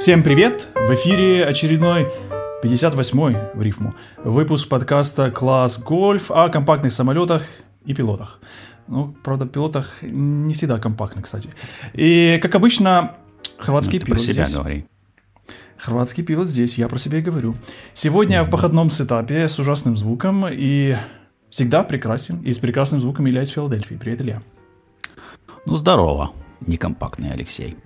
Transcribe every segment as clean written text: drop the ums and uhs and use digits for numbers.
Всем привет! В эфире очередной 58-й в рифму выпуск подкаста «Класс Гольф» о компактных самолетах и пилотах. Ну, правда, пилотах не всегда компактно, кстати. И, как обычно, хорватский пилот здесь. Про себя говори. Хорватский пилот здесь, я про себя и говорю. Сегодня в походном сетапе с ужасным звуком и всегда прекрасен. И с прекрасным звуком Илья из Филадельфии. Привет, Илья. Ну, здорово, некомпактный Алексей.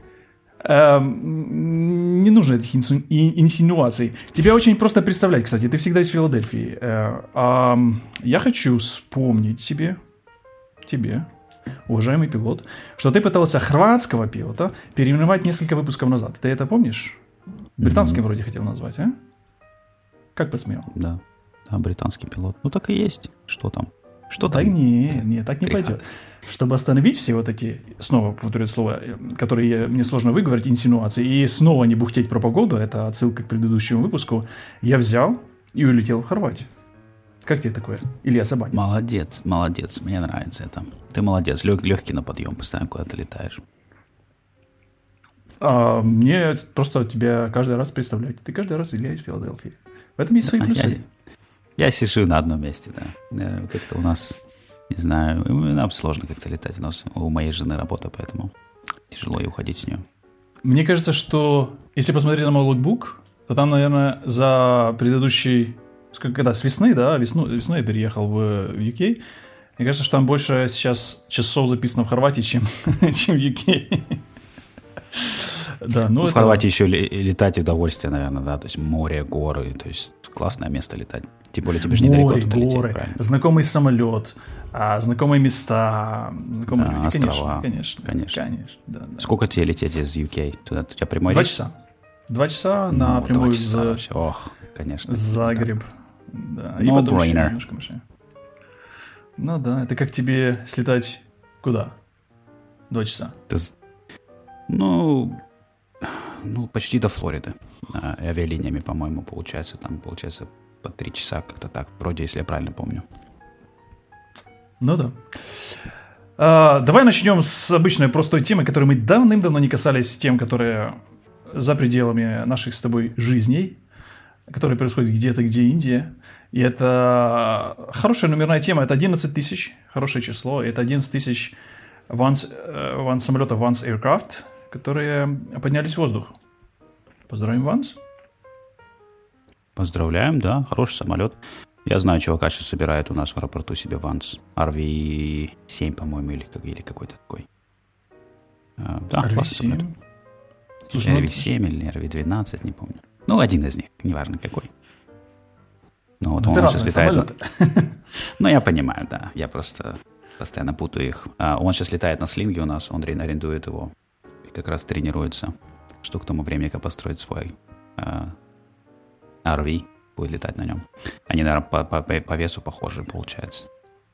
Не нужно этих инсинуаций. Тебя очень просто представлять, кстати. Ты всегда из Филадельфии. Я хочу вспомнить тебе, уважаемый пилот, что ты пытался хорватского пилота переименовать несколько выпусков назад. Ты это помнишь? Британским вроде хотел назвать, а? Как посмел? Да, британский пилот. Ну, так и есть. Что там? Что да там? Не, так не пойдет. Чтобы остановить все вот эти, снова повторю это слово, которые мне сложно выговорить, инсинуации, и снова не бухтеть про погоду, это отсылка к предыдущему выпуску, я взял и улетел в Хорватию. Как тебе такое, Илья Собакин? Молодец, мне нравится это. Ты молодец, легкий на подъем, постоянно куда-то летаешь. Мне просто тебя каждый раз представлять. Ты каждый раз Илья из Филадельфии. В этом есть свои плюсы. Я сижу на одном месте, да. Как-то у нас... Не знаю, нам сложно как-то летать. У моей жены работа, поэтому тяжело и уходить с нее. Мне кажется, что если посмотреть на мой логбук, то там, наверное, за предыдущий... Когда? С весны, да? Весной я переехал в UK. Мне кажется, что там больше сейчас часов записано в Хорватии, чем в UK. Да, в Хорватии еще летать удовольствие, наверное, да, то есть море, горы, то есть классное место летать. Тем более тебе же недалеко туда лететь, правильно? Знакомый самолет, знакомые места, знакомые люди. Острова. Конечно. Да. Сколько тебе лететь из UK? Туда у тебя прямой 2 рейс? часа. 2 часа напрямую конечно. Загреб. Да. И потом еще немножко машина. Ну да, это как тебе слетать куда? 2 часа. Ну, почти до Флориды. Авиалиниями, по-моему, получается по 3 часа, как-то так. Вроде, если я правильно помню. Ну да. Давай начнем с обычной простой темы, которой мы давным-давно не касались, тем, которые за пределами наших с тобой жизней, которые происходят где-то, где Индия. И это хорошая номерная тема. Это 11 тысяч, хорошее число. Это 11 тысяч самолетов Vans Aircraft, которые поднялись в воздух. Поздравим, Vans. Поздравляем, да, хороший самолет. Я знаю, чувака сейчас собирает у нас в аэропорту себе Vans RV7, по-моему, или какой-то такой. Да, RV7? классный самолет. RV7 или RV12, не помню. Ну, один из них, неважно какой. Ну, вот он сейчас летает. Ну, я понимаю, да. Я просто постоянно путаю их. Он сейчас летает на слинге у нас, он арендует его. И как раз тренируется, что к тому времени, как построит свой RV, будет летать на нем. Они, наверное, по весу похожи, получается.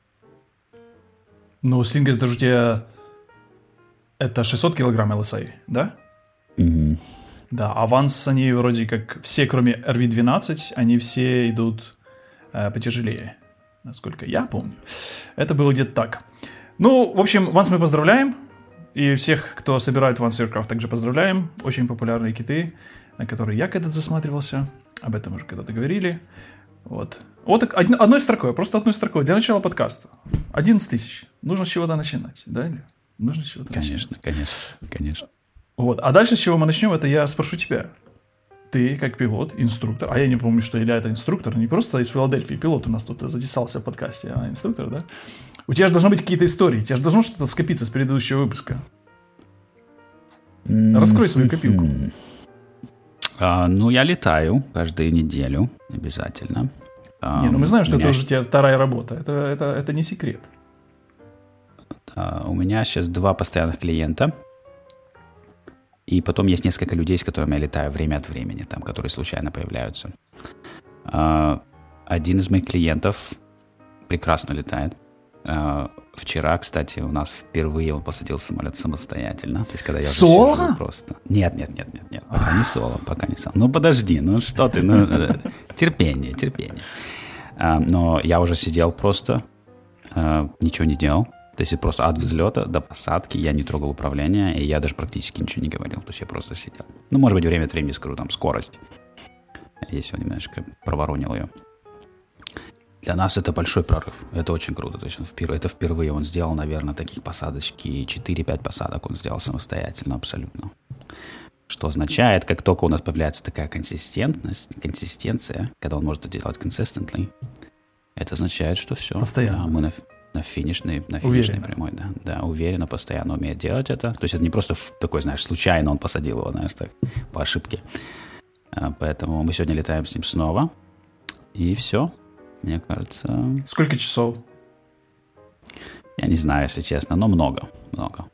Ну, слингер, это же у тебя... Это 600 килограмм LSI, да? Mm-hmm. Да, а Vans, они вроде как все, кроме RV12, они все идут потяжелее, насколько я помню. Это было где-то так. Ну, в общем, Vans мы поздравляем. И всех, кто собирает Vans Aircraft, также поздравляем. Очень популярные киты, на которые я когда-то засматривался. Об этом уже когда-то говорили. Вот одной строкой, просто одной строкой. Для начала подкаста. 11 тысяч. Нужно с чего-то начинать, да? Нужно с чего-то начинать. Конечно. Вот. А дальше, с чего мы начнем, это я спрошу тебя. Ты, как пилот, инструктор, а я не помню, что Илья это инструктор, не просто из Филадельфии пилот у нас тут затесался в подкасте, а инструктор, да? У тебя же должны быть какие-то истории, у тебя же должно что-то скопиться с предыдущего выпуска. Раскрой свою копилку. Ну, я летаю каждую неделю, обязательно. Мы знаем, что это уже у тебя вторая работа, это не секрет. У меня сейчас 2 постоянных клиента. И потом есть несколько людей, с которыми я летаю время от времени, там, которые случайно появляются. Один из моих клиентов прекрасно летает. Вчера, кстати, у нас впервые он посадил самолет самостоятельно. То есть, когда я соло? Просто... Нет. Пока не соло. Ну, подожди, ну что ты? Терпение. Но я уже сидел просто, ничего не делал. То есть это просто от взлета до посадки я не трогал управление, и я даже практически ничего не говорил. То есть я просто сидел. Ну, может быть, время от времени скажу, там, скорость. Я сегодня немножко проворонил ее. Для нас это большой прорыв. Это очень круто. То есть это впервые он сделал, наверное, таких посадочки, 4-5 посадок он сделал самостоятельно абсолютно. Что означает, как только у нас появляется такая консистенция, когда он может это делать consistently, это означает, что все. Постоянно. Да, мы на финишной прямой. Да, уверенно, постоянно умеет делать это. То есть это не просто такой, знаешь, случайно он посадил его, знаешь, так, по ошибке. Поэтому мы сегодня летаем с ним снова. И все. Мне кажется... Сколько часов? Я не знаю, если честно, но много. Да.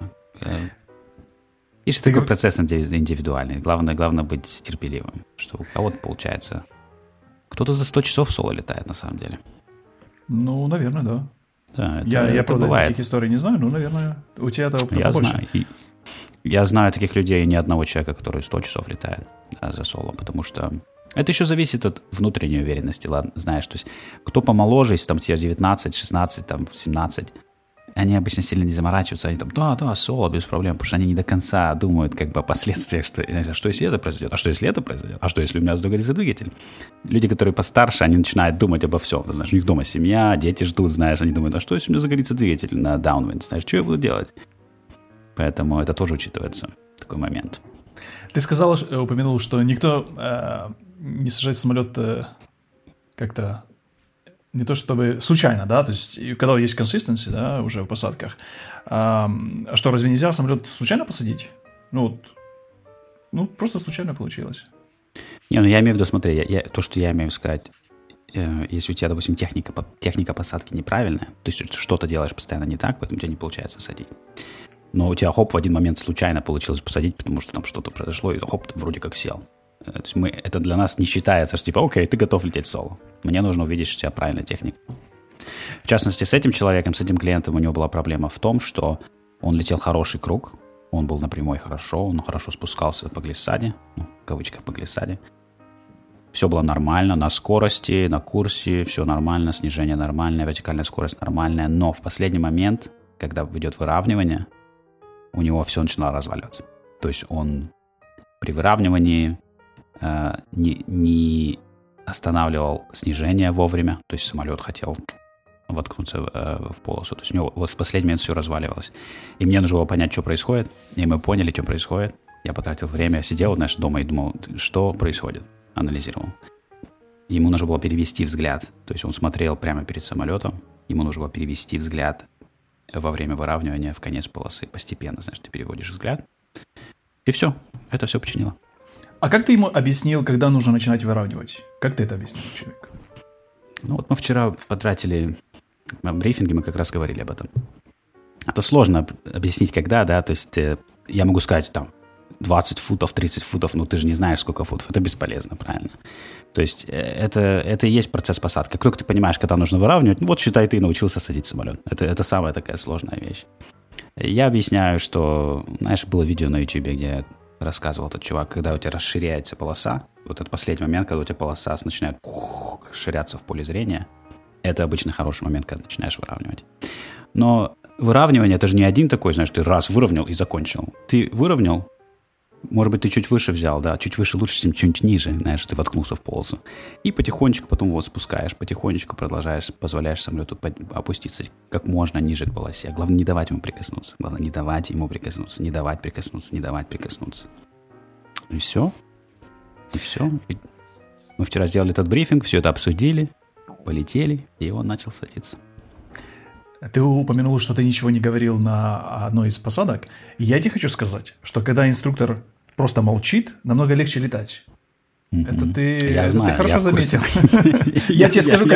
И что такой процесс индивидуальный. Главное быть терпеливым. Что у кого-то получается... Кто-то за 100 часов в соло летает, на самом деле. Ну, наверное, да. Да, я правда, бывает. таких историй не знаю, но, наверное, у тебя это опыта больше. Я знаю таких людей, ни одного человека, который 100 часов летает за соло, потому что это еще зависит от внутренней уверенности, ладно, знаешь, то есть кто помоложе, если там тебе 19, 16, там 17, они обычно сильно не заморачиваются, они там, да, соло, без проблем, потому что они не до конца думают как бы о последствиях, что если это произойдет, а что если это произойдет, а что если у меня загорится двигатель. Люди, которые постарше, они начинают думать обо всем, знаешь, у них дома семья, дети ждут, знаешь, они думают, а что если у меня загорится двигатель на downwind, знаешь, что я буду делать? Поэтому это тоже учитывается, такой момент. Ты упомянул, что никто не сажает самолет как-то не то чтобы случайно, да, то есть когда есть consistency, да, уже в посадках, что разве нельзя самолет случайно посадить? Ну, просто случайно получилось. Не, я имею в виду, смотри, то, что я имею в виду сказать, если у тебя, допустим, техника посадки неправильная, то есть что-то делаешь постоянно не так, поэтому у тебя не получается садить. Но у тебя, хоп, в один момент случайно получилось посадить, потому что там что-то произошло, и хоп, вроде как сел. То есть это для нас не считается, что типа, окей, ты готов лететь соло. Мне нужно увидеть, что у тебя правильная техника. В частности, с этим человеком, с этим клиентом у него была проблема в том, что он летел хороший круг, он был на прямой хорошо, он хорошо спускался по глиссаде, в кавычках по глиссаде. Все было нормально, на скорости, на курсе, все нормально, снижение нормальное, вертикальная скорость нормальная, но в последний момент, когда идет выравнивание, у него все начинало разваливаться. То есть он при выравнивании не останавливал снижение вовремя, то есть самолет хотел воткнуться в полосу. То есть у него вот в последний момент все разваливалось. И мне нужно было понять, что происходит. И мы поняли, что происходит. Я потратил время, сидел, знаешь, дома и думал, что происходит. Анализировал. Ему нужно было перевести взгляд. То есть он смотрел прямо перед самолетом. Ему нужно было перевести взгляд во время выравнивания в конец полосы. Постепенно, знаешь, ты переводишь взгляд. И все. Это все починило. А как ты ему объяснил, когда нужно начинать выравнивать? Как ты это объяснил человеку? Ну вот мы вчера потратили на брифинге, мы как раз говорили об этом. Это сложно объяснить, когда, да, то есть я могу сказать там 20 футов, 30 футов, но ты же не знаешь, сколько футов. Это бесполезно, правильно? То есть это и есть процесс посадки. Как только ты понимаешь, когда нужно выравнивать, вот считай, ты научился садить самолет. Это самая такая сложная вещь. Я объясняю, что, знаешь, было видео на YouTube, где рассказывал этот чувак, когда у тебя расширяется полоса, вот этот последний момент, когда у тебя полоса начинает расширяться в поле зрения, это обычно хороший момент, когда начинаешь выравнивать. Но выравнивание, это же не один такой, знаешь, ты раз выровнял и закончил. Ты выровнял, может быть, ты чуть выше взял, да, чуть выше лучше, чем чуть ниже, знаешь, ты воткнулся в полосу. И потихонечку потом вот спускаешь, потихонечку продолжаешь, позволяешь самолету опуститься как можно ниже к полосе. Главное, не давать ему прикоснуться. Главное, не давать ему прикоснуться, не давать прикоснуться, не давать прикоснуться. И все. И все. И мы вчера сделали этот брифинг, все это обсудили, полетели, и он начал садиться. Ты упомянул, что ты ничего не говорил на одной из посадок. И я тебе хочу сказать, что когда инструктор просто молчит, намного легче летать. Это ты хорошо заметил. Я тебе скажу,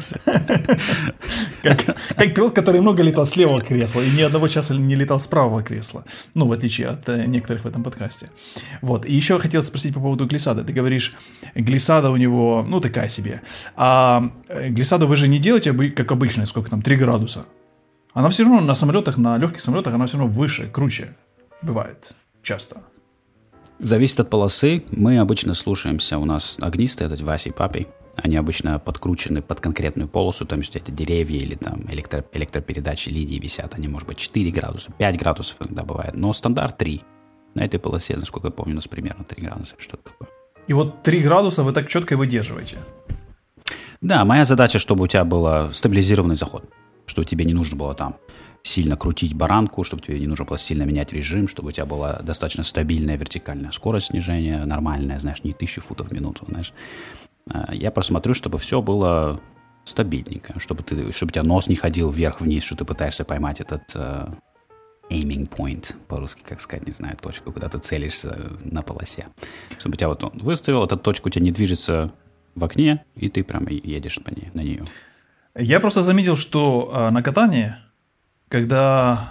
как пилот, который много летал с левого кресла и ни одного часа не летал с правого кресла. Ну, в отличие от некоторых в этом подкасте. Вот. И еще хотел спросить по поводу глиссада. Ты говоришь, глиссада у него, ну, такая себе. А глиссаду вы же не делаете, как обычно, сколько там, 3 градуса. Она все равно на самолетах, на легких самолетах, она все равно выше, круче бывает часто. Зависит от полосы. Мы обычно слушаемся. У нас огнистый, этот Вася и Папий. Они обычно подкручены под конкретную полосу, там есть эти деревья или там электропередачи, линии висят. Они, может быть, 4 градуса, 5 градусов иногда бывает. Но стандарт 3. На этой полосе, насколько я помню, у нас примерно 3 градуса, что-то такое. И вот 3 градуса вы так четко выдерживаете? Да, моя задача, чтобы у тебя был стабилизированный заход. Чтобы тебе не нужно было там сильно крутить баранку, чтобы тебе не нужно было сильно менять режим, чтобы у тебя была достаточно стабильная вертикальная скорость снижения, нормальная, знаешь, не 1000 футов в минуту, знаешь. Я просмотрю, чтобы все было стабильненько, чтобы у тебя нос не ходил вверх-вниз, что ты пытаешься поймать этот aiming point, по-русски, как сказать, не знаю, точку, куда ты целишься на полосе. Чтобы у тебя вот он выставил, эта точка у тебя не движется в окне, и ты прямо едешь на нее. Я просто заметил, что на катании, когда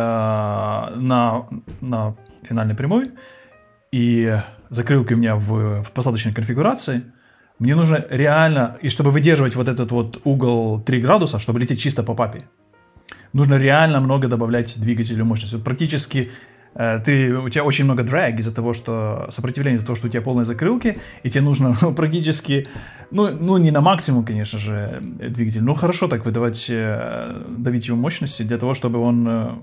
я на финальной прямой, и закрылки у меня в посадочной конфигурации, мне нужно реально, и чтобы выдерживать вот этот вот угол 3 градуса, чтобы лететь чисто по папе, нужно реально много добавлять двигателю мощности. Вот практически у тебя очень много драг из-за того, что сопротивление из-за того, что у тебя полные закрылки, и тебе нужно практически, ну не на максимум, конечно же, двигатель, но хорошо так давить его мощности для того, чтобы он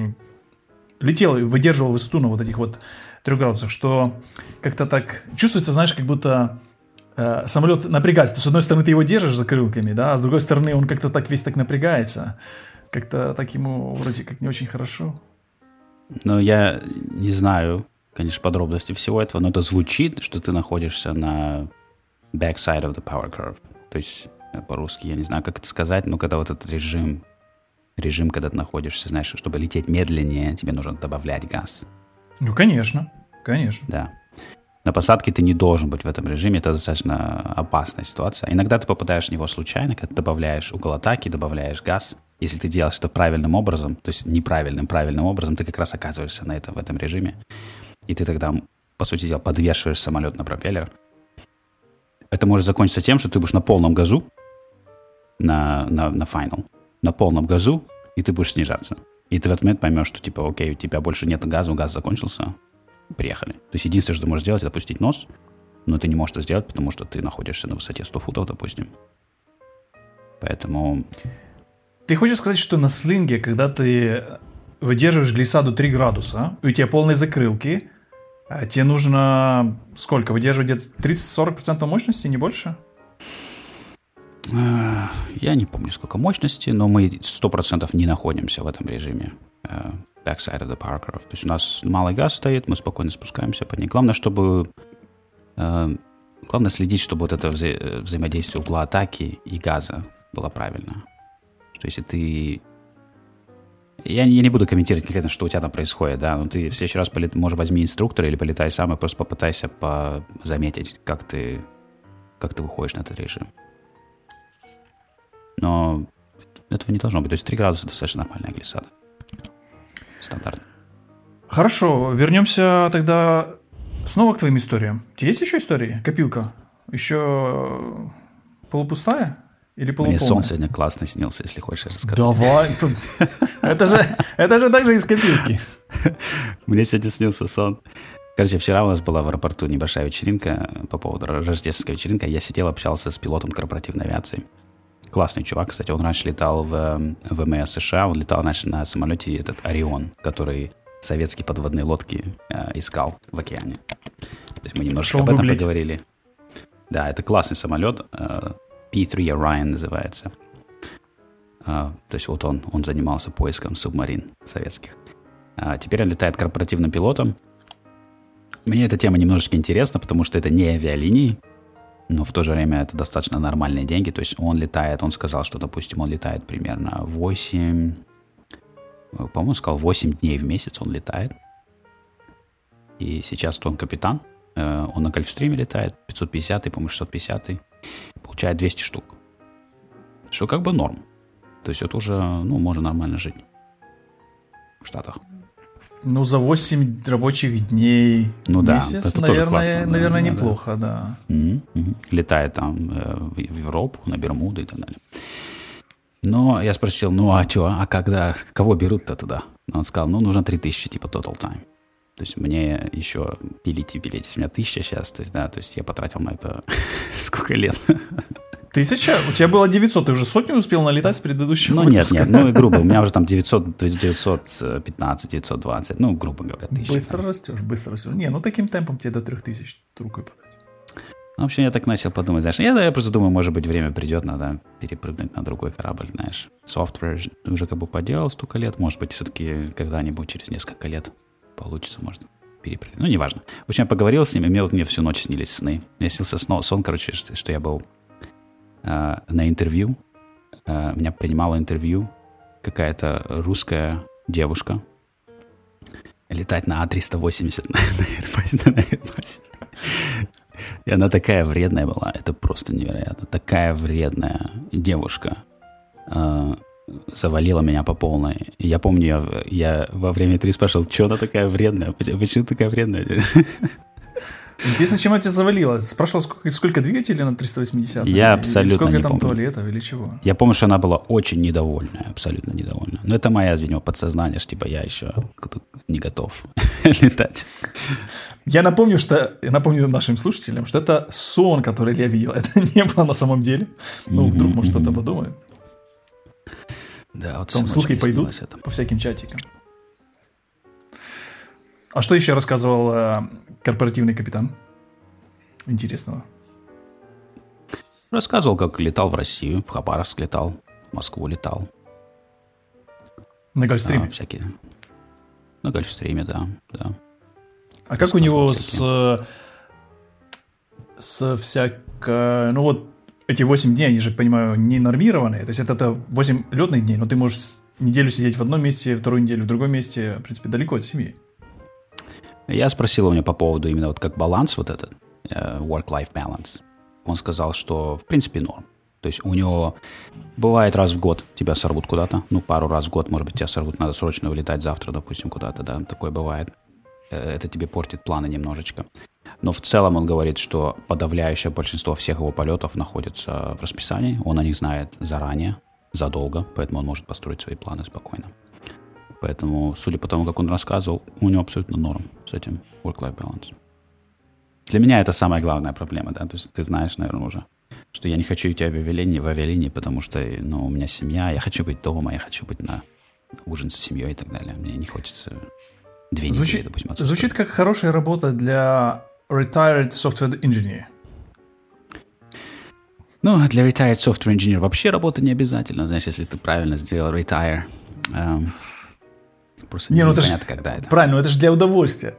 летел и выдерживал высоту на вот этих вот 3 градусах, что как-то так чувствуется, знаешь, как будто самолет напрягается. То, с одной стороны, ты его держишь закрылками, да, а с другой стороны, он как-то так весь так напрягается. Как-то так ему вроде как не очень хорошо. Ну, я не знаю, конечно, подробности всего этого, но это звучит, что ты находишься на backside of the power curve. То есть, по-русски, я не знаю, как это сказать, но когда вот этот режим, когда ты находишься, знаешь, чтобы лететь медленнее, тебе нужно добавлять газ. Ну, конечно. Да. На посадке ты не должен быть в этом режиме, это достаточно опасная ситуация. Иногда ты попадаешь в него случайно, когда ты добавляешь угол атаки, добавляешь газ. Если ты делаешь это правильным образом, то есть правильным образом, ты как раз оказываешься в этом режиме. И ты тогда, по сути дела, подвешиваешь самолет на пропеллер. Это может закончиться тем, что ты будешь на полном газу, на final, на полном газу, и ты будешь снижаться. И ты в этот момент поймешь, что типа, окей, у тебя больше нет газа, газ закончился, приехали. То есть единственное, что ты можешь сделать, это опустить нос, но ты не можешь это сделать, потому что ты находишься на высоте 100 футов, допустим. Поэтому... Ты хочешь сказать, что на слинге, когда ты выдерживаешь глиссаду 3 градуса, и у тебя полные закрылки, тебе нужно сколько? Выдерживать где-то 30-40% мощности, не больше? Я не помню, сколько мощности, но мы 100% не находимся в этом режиме backside of the power curve. То есть у нас малый газ стоит, мы спокойно спускаемся по ней. Главное, следить, чтобы вот это взаимодействие угла атаки и газа было правильно. Что если ты... Я не буду комментировать конкретно, что у тебя там происходит, да, но ты в следующий раз, может, возьми инструктора или полетай сам и просто попытайся заметить, как ты выходишь на этот режим. Но этого не должно быть. То есть 3 градуса достаточно нормальная глиссада. Стандартно. Хорошо, вернемся тогда снова к твоим историям. У тебя есть еще истории? Копилка? Еще полупустая? Или полуполная? Мне сон сегодня классно снился, если хочешь рассказать. Давай. Это же так же из копилки. Мне сегодня снился сон. Короче, вчера у нас была в аэропорту небольшая вечеринка по поводу рождественской вечеринки. Я сидел, общался с пилотом корпоративной авиации. Классный чувак, кстати. Он раньше летал в ВМС США. Он летал раньше на самолете этот «Орион», который советские подводные лодки искал в океане. То есть мы немножко об этом поговорили. Да, это классный самолет. P-3 Orion называется. То есть вот он занимался поиском субмарин советских. Теперь он летает корпоративным пилотом. Мне эта тема немножечко интересна, потому что это не авиалинии, но в то же время это достаточно нормальные деньги. То есть он сказал, что, допустим, он летает примерно 8 дней в месяц он летает. И сейчас он капитан. Он на Гольфстриме летает, 550-й, по-моему, 650-й. Получает 200 штук. Что как бы норм. То есть это уже, можно нормально жить в Штатах. Ну, за 8 рабочих дней в месяц, это тоже классно, наверное, неплохо, да. Летает там в Европу, на Бермуды и так далее. Но я спросил, кого берут-то туда? Он сказал, нужно 3000, типа, total time. То есть мне еще пилить и пилить. У меня 1000 сейчас, то есть, да, то есть я потратил на это сколько лет. 1000? У тебя было 900, ты уже 100 успел налетать с предыдущего выпуска? Нет, ну и грубо, у меня уже там 900, 915, 920, ну, грубо говоря, 1000. Быстро растешь. Не, ну таким темпом тебе до 3000 рукой подать. Ну, в общем, я так начал подумать, знаешь, я просто думаю, может быть, время придет, надо перепрыгнуть на другой корабль, знаешь. Software уже как бы поделал столько лет, может быть, все-таки когда-нибудь через несколько лет получится, может, перепрыгнуть. Ну, неважно. В общем, я поговорил с ним, и мне всю ночь снились сны. Мне снился сон, короче, что я был на интервью. Меня принимала интервью какая-то русская девушка летать на А380 на Airbus. И она такая вредная была, это просто невероятно. Такая вредная девушка завалила меня по полной. И я помню, я во время интервью спрашивал, что она такая вредная, почему такая вредная? Интересно, чем она тебя завалила? Спрашивал, сколько двигателей на 380? Я абсолютно сколько не там помню. Туалетов или чего? Я помню, что она была очень недовольная, абсолютно недовольна. Но это моя, видимо, подсознание, что типа я еще не готов летать. Я напомню нашим слушателям, что это сон, который я видел. Это не было на самом деле. Ну, вдруг, может, кто-то подумает. Да, вот потом слухи пойдут по всяким чатикам. А что еще рассказывал корпоративный капитан интересного? Рассказывал, как летал в Россию, в Хабаровск летал, в Москву летал. На Гольфстриме? Всякие. На Гольфстриме, да. А как у него с всякой... Ну вот эти 8 дней, они же, понимаю, не нормированные. То есть это 8 летных дней, но ты можешь неделю сидеть в одном месте, вторую неделю в другом месте, в принципе, далеко от семьи. Я спросил у него по поводу именно вот как баланс вот этот, work-life balance. Он сказал, что в принципе норм. То есть у него бывает раз в год тебя сорвут куда-то, ну пару раз в год, может быть, тебя сорвут, надо срочно вылетать завтра, допустим, куда-то, да, такое бывает. Это тебе портит планы немножечко. Но в целом он говорит, что подавляющее большинство всех его полетов находится в расписании, он о них знает заранее, задолго, поэтому он может построить свои планы спокойно. Поэтому, судя по тому, как он рассказывал, у него абсолютно норм с этим work-life balance. Для меня это самая главная проблема, да, то есть ты знаешь, наверное, уже, что я не хочу идти в авиалинии, потому что, ну, у меня семья, я хочу быть дома, я хочу быть на ужин с семьей и так далее. Мне не хочется 2 недели, допустим, отсутствовать. Звучит как хорошая работа для retired software engineer. Ну, для retired software engineer вообще работа не обязательно, знаешь, если ты правильно сделал retire. Просто непонятно, когда это. Правильно, это же для удовольствия.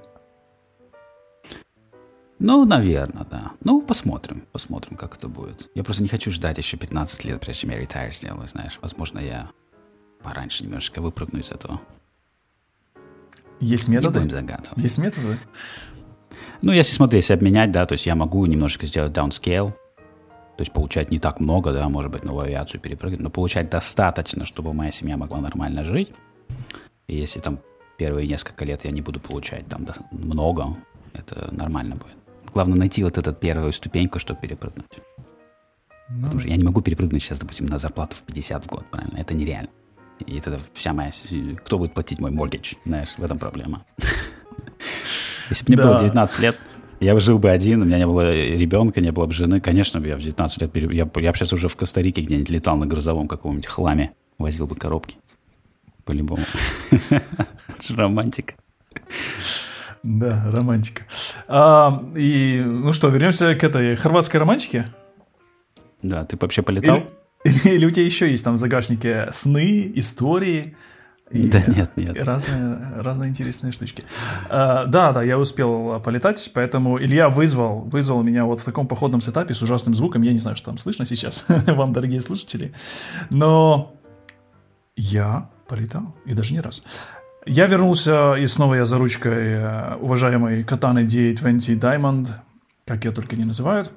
Ну, наверное, да. Ну, посмотрим, как это будет. Я просто не хочу ждать еще 15 лет, прежде чем я retire сделаю, знаешь. Возможно, я пораньше немножечко выпрыгну из этого. Есть методы? Не будем загадывать. Есть методы? Ну, если обменять, да, то есть я могу немножечко сделать downscale, то есть получать не так много, да, может быть, новую авиацию перепрыгнуть, но получать достаточно, чтобы моя семья могла нормально жить. И если там первые несколько лет я не буду получать там много, это нормально будет. Главное найти вот эту первую ступеньку, чтобы перепрыгнуть. Потому что я не могу перепрыгнуть сейчас, допустим, на зарплату в 50 в год, правильно? Это нереально. И тогда вся моя... Кто будет платить мой mortgage? Знаешь, в этом проблема. Если бы мне было 19 лет, я бы жил бы один, у меня не было ребенка, не было бы жены. Конечно, я в 19 лет... Я бы сейчас уже в Коста-Рике где-нибудь летал на грузовом каком-нибудь хламе, возил бы коробки. По-любому. Это же романтика. Да, романтика. Ну что, вернемся к этой хорватской романтике? Да, ты вообще полетал? Или у тебя еще есть там в загашнике сны, истории? Да нет. Разные интересные штучки. Да, я успел полетать, поэтому Илья вызвал меня вот в таком походном сетапе с ужасным звуком. Я не знаю, что там слышно сейчас вам, дорогие слушатели. Но я полетал, и даже не раз. Я вернулся, и снова я за ручкой уважаемой Katana D20 Diamond, как ее только не называют.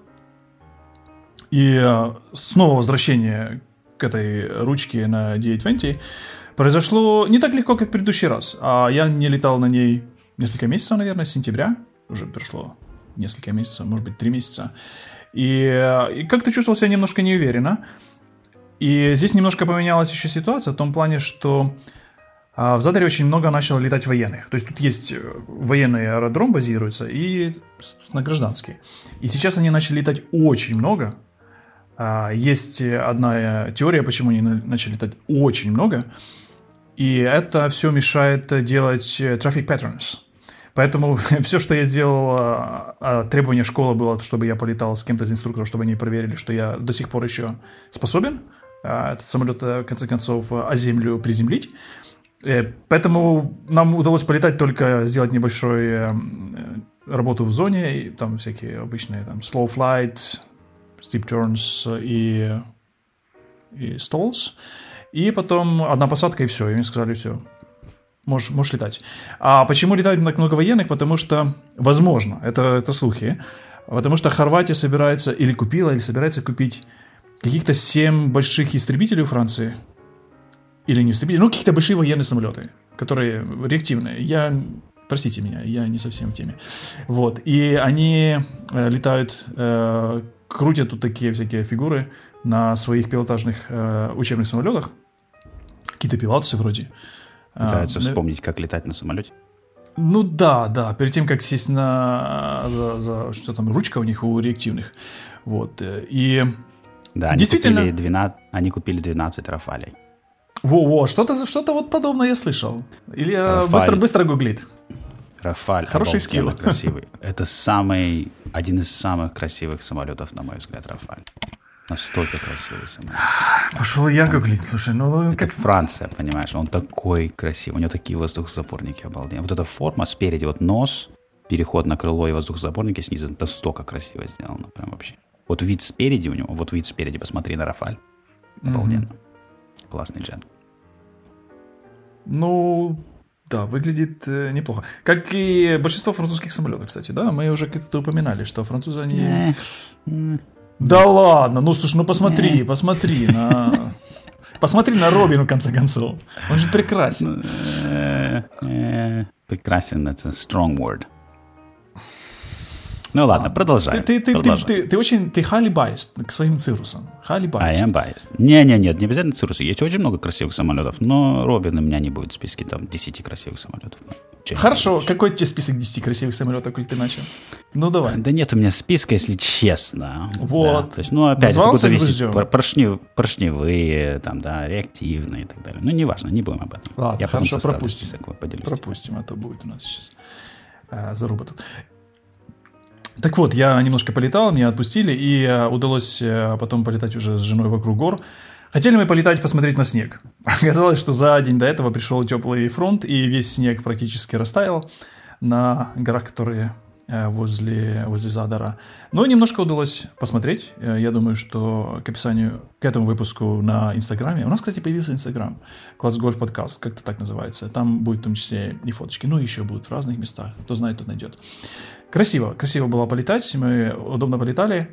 И снова возвращение к этой ручке на D20 произошло не так легко, как в предыдущий раз. Я не летал на ней несколько месяцев, наверное, с сентября. Уже прошло несколько месяцев, может быть, 3 месяца. И как-то чувствовал себя немножко неуверенно. И здесь немножко поменялась еще ситуация в том плане, что в Задаре очень много начало летать военных. То есть тут есть военный аэродром базируется и на гражданский. И сейчас они начали летать очень много. Есть одна теория, почему они начали летать очень много. И это все мешает делать traffic patterns. Поэтому все, что я сделал, требование школы было, чтобы я полетал с кем-то из инструкторов, чтобы они проверили, что я до сих пор еще способен этот самолет, в конце концов, о землю приземлить. Поэтому нам удалось полетать, только сделать небольшую работу в зоне, и там всякие обычные там, slow flight, steep turns и stalls. И потом одна посадка, и все. И мне сказали, все, можешь летать. А почему летают так много военных? Потому что, возможно, это слухи, потому что Хорватия собирается или купила, или собирается купить каких-то 7 больших истребителей у Франции. Или не истребители, ну, какие-то большие военные самолеты, которые реактивные. Простите меня, я не совсем в теме. Вот. И они летают, крутят тут такие всякие фигуры на своих пилотажных учебных самолетах. Какие-то пилотцы вроде. Пытаются вспомнить, как летать на самолете. Ну да. Перед тем, как сесть за что там, ручка у них у реактивных. Вот. И да, они купили 12 Рафалей. Во, что-то вот подобное я слышал. Илья быстро гуглит. Рафаль. Хороший скилл. Красивый. Это один из самых красивых самолетов, на мой взгляд, Рафаль. Настолько красивый самолет. Пошел я гуглить, слушай. Это Франция, понимаешь? Он такой красивый. У него такие воздухозаборники обалденные. Вот эта форма спереди, вот нос, переход на крыло и воздухозаборники снизу. Это настолько красиво сделано. Прям вообще. Вот вид спереди у него. Посмотри на Рафаль. Обалденно. Классный джет. Ну, да, выглядит неплохо. Как и большинство французских самолетов, кстати, да? Мы уже как-то упоминали, что французы, они... Да ладно, ну слушай, посмотри на... Посмотри на Робина, в конце концов. Он же прекрасен. Прекрасен, это strong word. Ну ладно, продолжай. Ты highly biased к своим цирусам. Highly biased. I am biased. Нет, не обязательно цирусы. Есть очень много красивых самолетов, но Робин у меня не будет в списке там 10 красивых самолетов. Хорошо, какой тебе список 10 красивых самолетов, коль ты начал? Ну давай. Да нет у меня списка, если честно. Вот. Да. То есть, опять это будет зависеть. Поршневые, там, да, реактивные и так далее. Ну, неважно, не будем об этом. Ладно, я хорошо, пропустим. Пропустим, это будет у нас сейчас заруба тут. Так вот, я немножко полетал, меня отпустили, и удалось потом полетать уже с женой вокруг гор. Хотели мы полетать, посмотреть на снег. Оказалось, что за день до этого пришел теплый фронт, и весь снег практически растаял на горах, которые возле Задара. Но немножко удалось посмотреть. Я думаю, что к этому выпуску на Инстаграме. У нас, кстати, появился Инстаграм. Класс Гольф подкаст, как-то так называется. Там будет в том числе и фоточки. Ну, еще будут в разных местах. Кто знает, тот найдет. Красиво было полетать. Мы удобно полетали.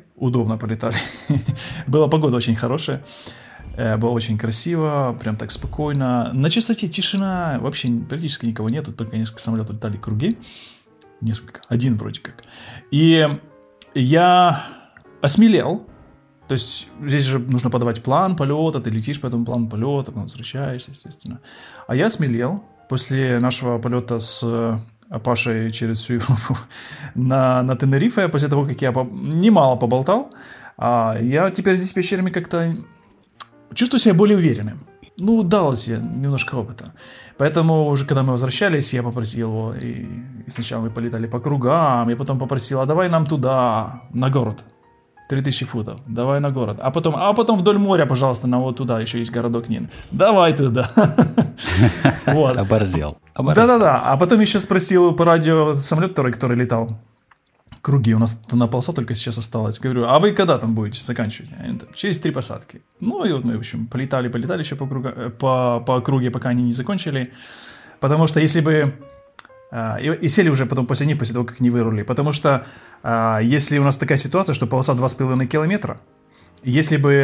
Была погода очень хорошая. Было очень красиво, прям так спокойно. На частоте тишина, вообще практически никого нету, только несколько самолетов летали круги. Один вроде как. И я осмелел. То есть здесь же нужно подавать план полета, ты летишь по этому плану полета, потом возвращаешься, естественно. А я осмелел после нашего полета с Пашей через всю Европу на Тенерифе, после того, как я немало поболтал, я теперь с диспетчерами как-то чувствую себя более уверенным. Ну, удалось я немножко опыта. Поэтому уже когда мы возвращались, я попросил его, и сначала мы полетали по кругам, я потом попросил, а давай нам туда, на город. 3000 футов, давай на город. А потом вдоль моря, пожалуйста, нам вот туда, еще есть городок Нин. Давай туда. Оборзел. Да-да-да. А потом еще спросил по радио самолет, который летал. Круги у нас на полоса только сейчас осталось. Говорю, а вы когда там будете заканчивать? Через 3 посадки. Ну и вот мы, в общем, полетали еще по округе, пока они не закончили. Потому что если бы... И сели уже потом после них, после того, как не вырули. Потому что если у нас такая ситуация, что полоса 2,5 километра, если бы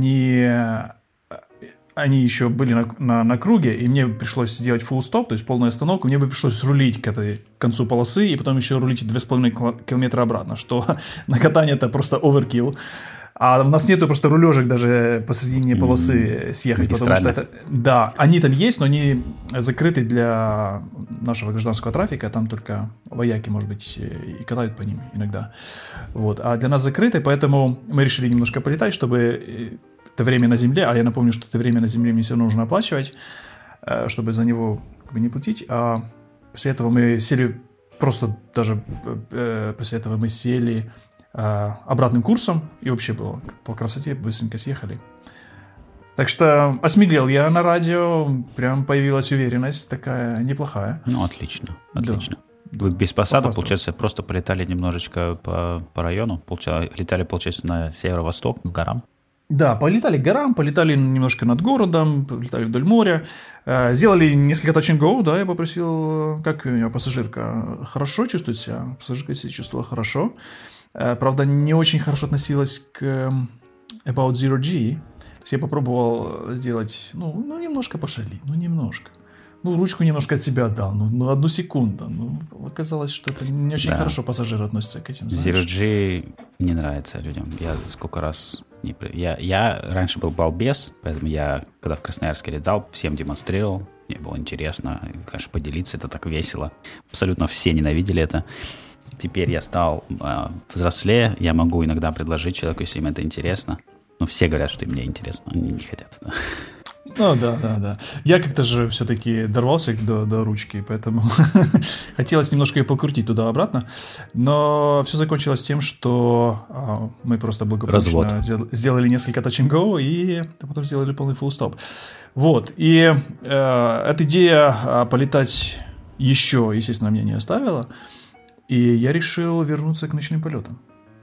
они еще были на круге, и мне пришлось сделать full stop, то есть полную остановку, мне бы пришлось рулить к концу полосы, и потом еще рулить 2,5 километра обратно, что на катание это просто оверкилл. А у нас нету просто рулежек даже посредине полосы съехать, потому что это... Да, они там есть, но они закрыты для нашего гражданского трафика, там только вояки, может быть, и катают по ним иногда. Вот. А для нас закрыты, поэтому мы решили немножко полетать, чтобы это время на земле, а я напомню, что это время на земле мне все равно нужно оплачивать, чтобы за него не платить, а после этого мы сели, просто даже после этого мы сели обратным курсом, и вообще было по красоте, быстренько съехали. Так что осмелел я на радио, прям появилась уверенность такая неплохая. Ну, отлично. Да. Вы без посадок, получается, просто полетали немножечко по району, летали, получается, на северо-восток, к горам? Да, полетали к горам, полетали немножко над городом, полетали вдоль моря, сделали несколько touch and go, да, я попросил, как у меня пассажирка хорошо чувствует себя, пассажирка себя чувствовала хорошо, правда, не очень хорошо относилась к About Zero G, то есть я попробовал сделать, немножко пошалить, немножко. Ручку немножко от себя отдал, одну секунду. Оказалось, что это не очень хорошо пассажиры относятся к этим. Zero G не нравится людям. Я сколько раз... Я раньше был балбес, поэтому я, когда в Красноярске летал, всем демонстрировал. Мне было интересно, конечно, поделиться, это так весело. Абсолютно все ненавидели это. Теперь я стал взрослее, я могу иногда предложить человеку, если им это интересно. Но все говорят, что им не интересно, они не хотят. Да. Я как-то же все-таки дорвался до ручки, поэтому хотелось немножко ее покрутить туда-обратно. Но все закончилось тем, что мы просто благополучно сделали несколько touch and go, и потом сделали полный full stop. Вот. И эта идея полетать еще, естественно, меня не оставила. И я решил вернуться к ночным полетам.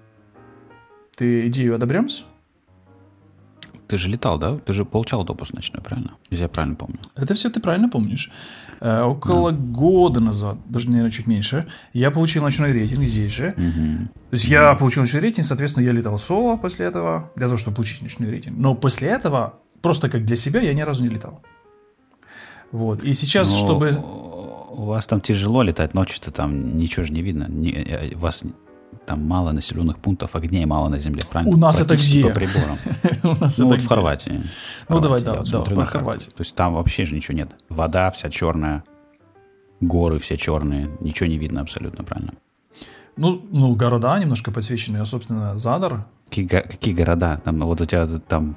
Ты идею одобряешь? Ты же летал, да? Ты же получал допуск ночной, правильно? Если я правильно помню. Это все ты правильно помнишь. Около года назад, даже, наверное, чуть меньше, я получил ночной рейтинг здесь же. То есть я получил ночной рейтинг, соответственно, я летал соло после этого, для того, чтобы получить ночной рейтинг. Но после этого, просто как для себя, я ни разу не летал. Вот. И сейчас, чтобы... У вас там тяжело летать, ночью-то там ничего же не видно. У вас... Там мало населенных пунктов, огней мало на земле, правильно? У нас это где? По приборам. В Хорватии. Давай, про Хорватию. То есть там вообще же ничего нет. Вода вся черная, горы все черные, ничего не видно абсолютно, правильно? Города немножко подсвеченные, собственно, Задар. Какие города? Там вот у тебя там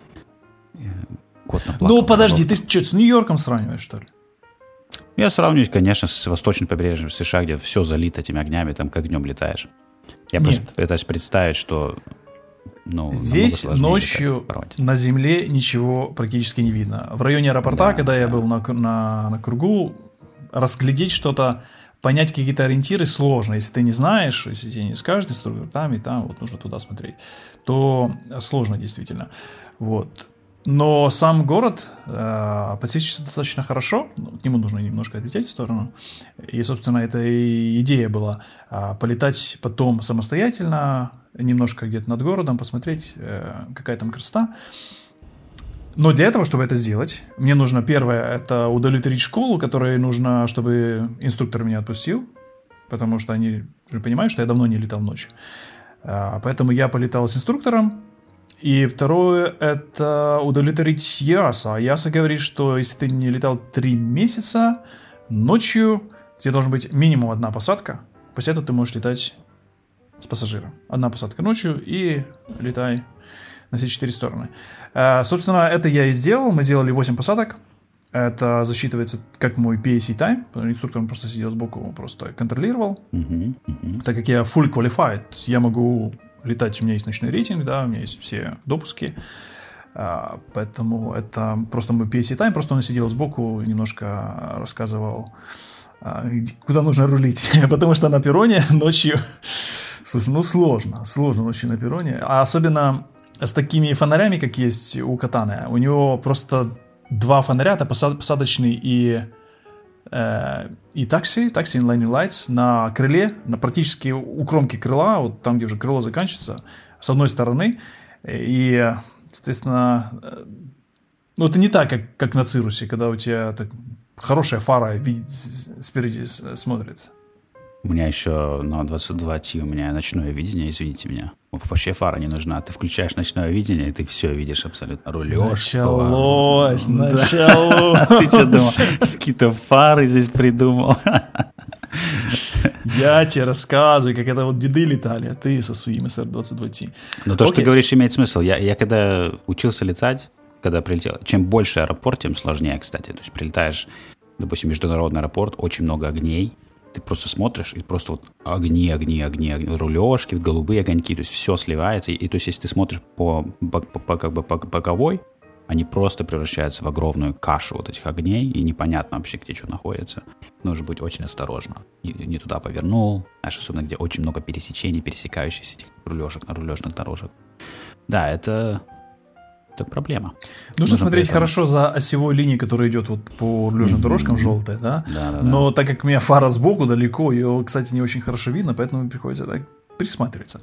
кот наплакал. Подожди, ты что, с Нью-Йорком сравниваешь, что ли? Я сравниваю, конечно, с восточным побережьем США, где все залито этими огнями, там как днем летаешь. Я просто пытаюсь представить, что здесь ночью на земле ничего практически не видно. В районе аэропорта, когда я был на кругу, разглядеть что-то, понять какие-то ориентиры сложно. Если ты не знаешь, если тебе не скажут, инструктор там и там, вот нужно туда смотреть, то сложно действительно. Вот. Но сам город подсвечивается достаточно хорошо, к нему нужно немножко отлететь в сторону. И, собственно, это и идея была полетать потом самостоятельно, немножко где-то над городом, посмотреть, какая там красота. Но для этого, чтобы это сделать, мне нужно, первое, это удовлетворить школу, которой нужно, чтобы инструктор меня отпустил, потому что они же понимают, что я давно не летал ночью. Поэтому я полетал с инструктором. И второе, это удовлетворить ЕАСА. ЕАСА говорит, что если ты не летал 3 месяца, ночью тебе должна быть минимум 1 посадка. После этого ты можешь летать с пассажиром. 1 посадка ночью и летай на все 4 стороны. Собственно, это я и сделал. Мы сделали 8 посадок. Это засчитывается как мой PAC time. Инструктор просто сидел сбоку, просто контролировал. Так как я full qualified, я могу... летать, у меня есть ночной рейтинг, да, у меня есть все допуски, поэтому это просто мой PAC time, просто он сидел сбоку и немножко рассказывал, куда нужно рулить, потому что на перроне ночью, слушай, сложно ночью на перроне, а особенно с такими фонарями, как есть у Катаны, у него просто 2 фонаря, это посадочный и такси inline lights на крыле, практически у кромки крыла, вот там, где уже крыло заканчивается, с одной стороны. И, соответственно, это не так, как на Цирусе, когда у тебя так хорошая фара спереди смотрится. У меня еще на 22T у меня ночное видение, извините меня. Вообще фара не нужна. Ты включаешь ночное видение, и ты все видишь абсолютно. Рулёшь. Началось. Ты что думал? Какие-то фары здесь придумал. Я тебе рассказываю, как это вот деды летали, а ты со своим СР-22T. Но то, что ты говоришь, имеет смысл. Я когда учился летать, когда прилетел, чем больше аэропорт, тем сложнее, кстати. То есть прилетаешь, допустим, в международный аэропорт, очень много огней, ты просто смотришь, и просто вот огни, рулежки, голубые огоньки, то есть все сливается. И то есть если ты смотришь по боковой, они просто превращаются в огромную кашу вот этих огней, и непонятно вообще, где что находится. Нужно быть очень осторожно. Не туда повернул, знаешь, особенно где очень много пересечений, пересекающихся этих рулежек, рулежных дорожек. Да, это проблема. Нужно смотреть хорошо за осевой линией, которая идет вот по рулежным дорожкам, желтая, да? Да. Но так как у меня фара сбоку далеко, ее, кстати, не очень хорошо видно, поэтому приходится так присматриваться.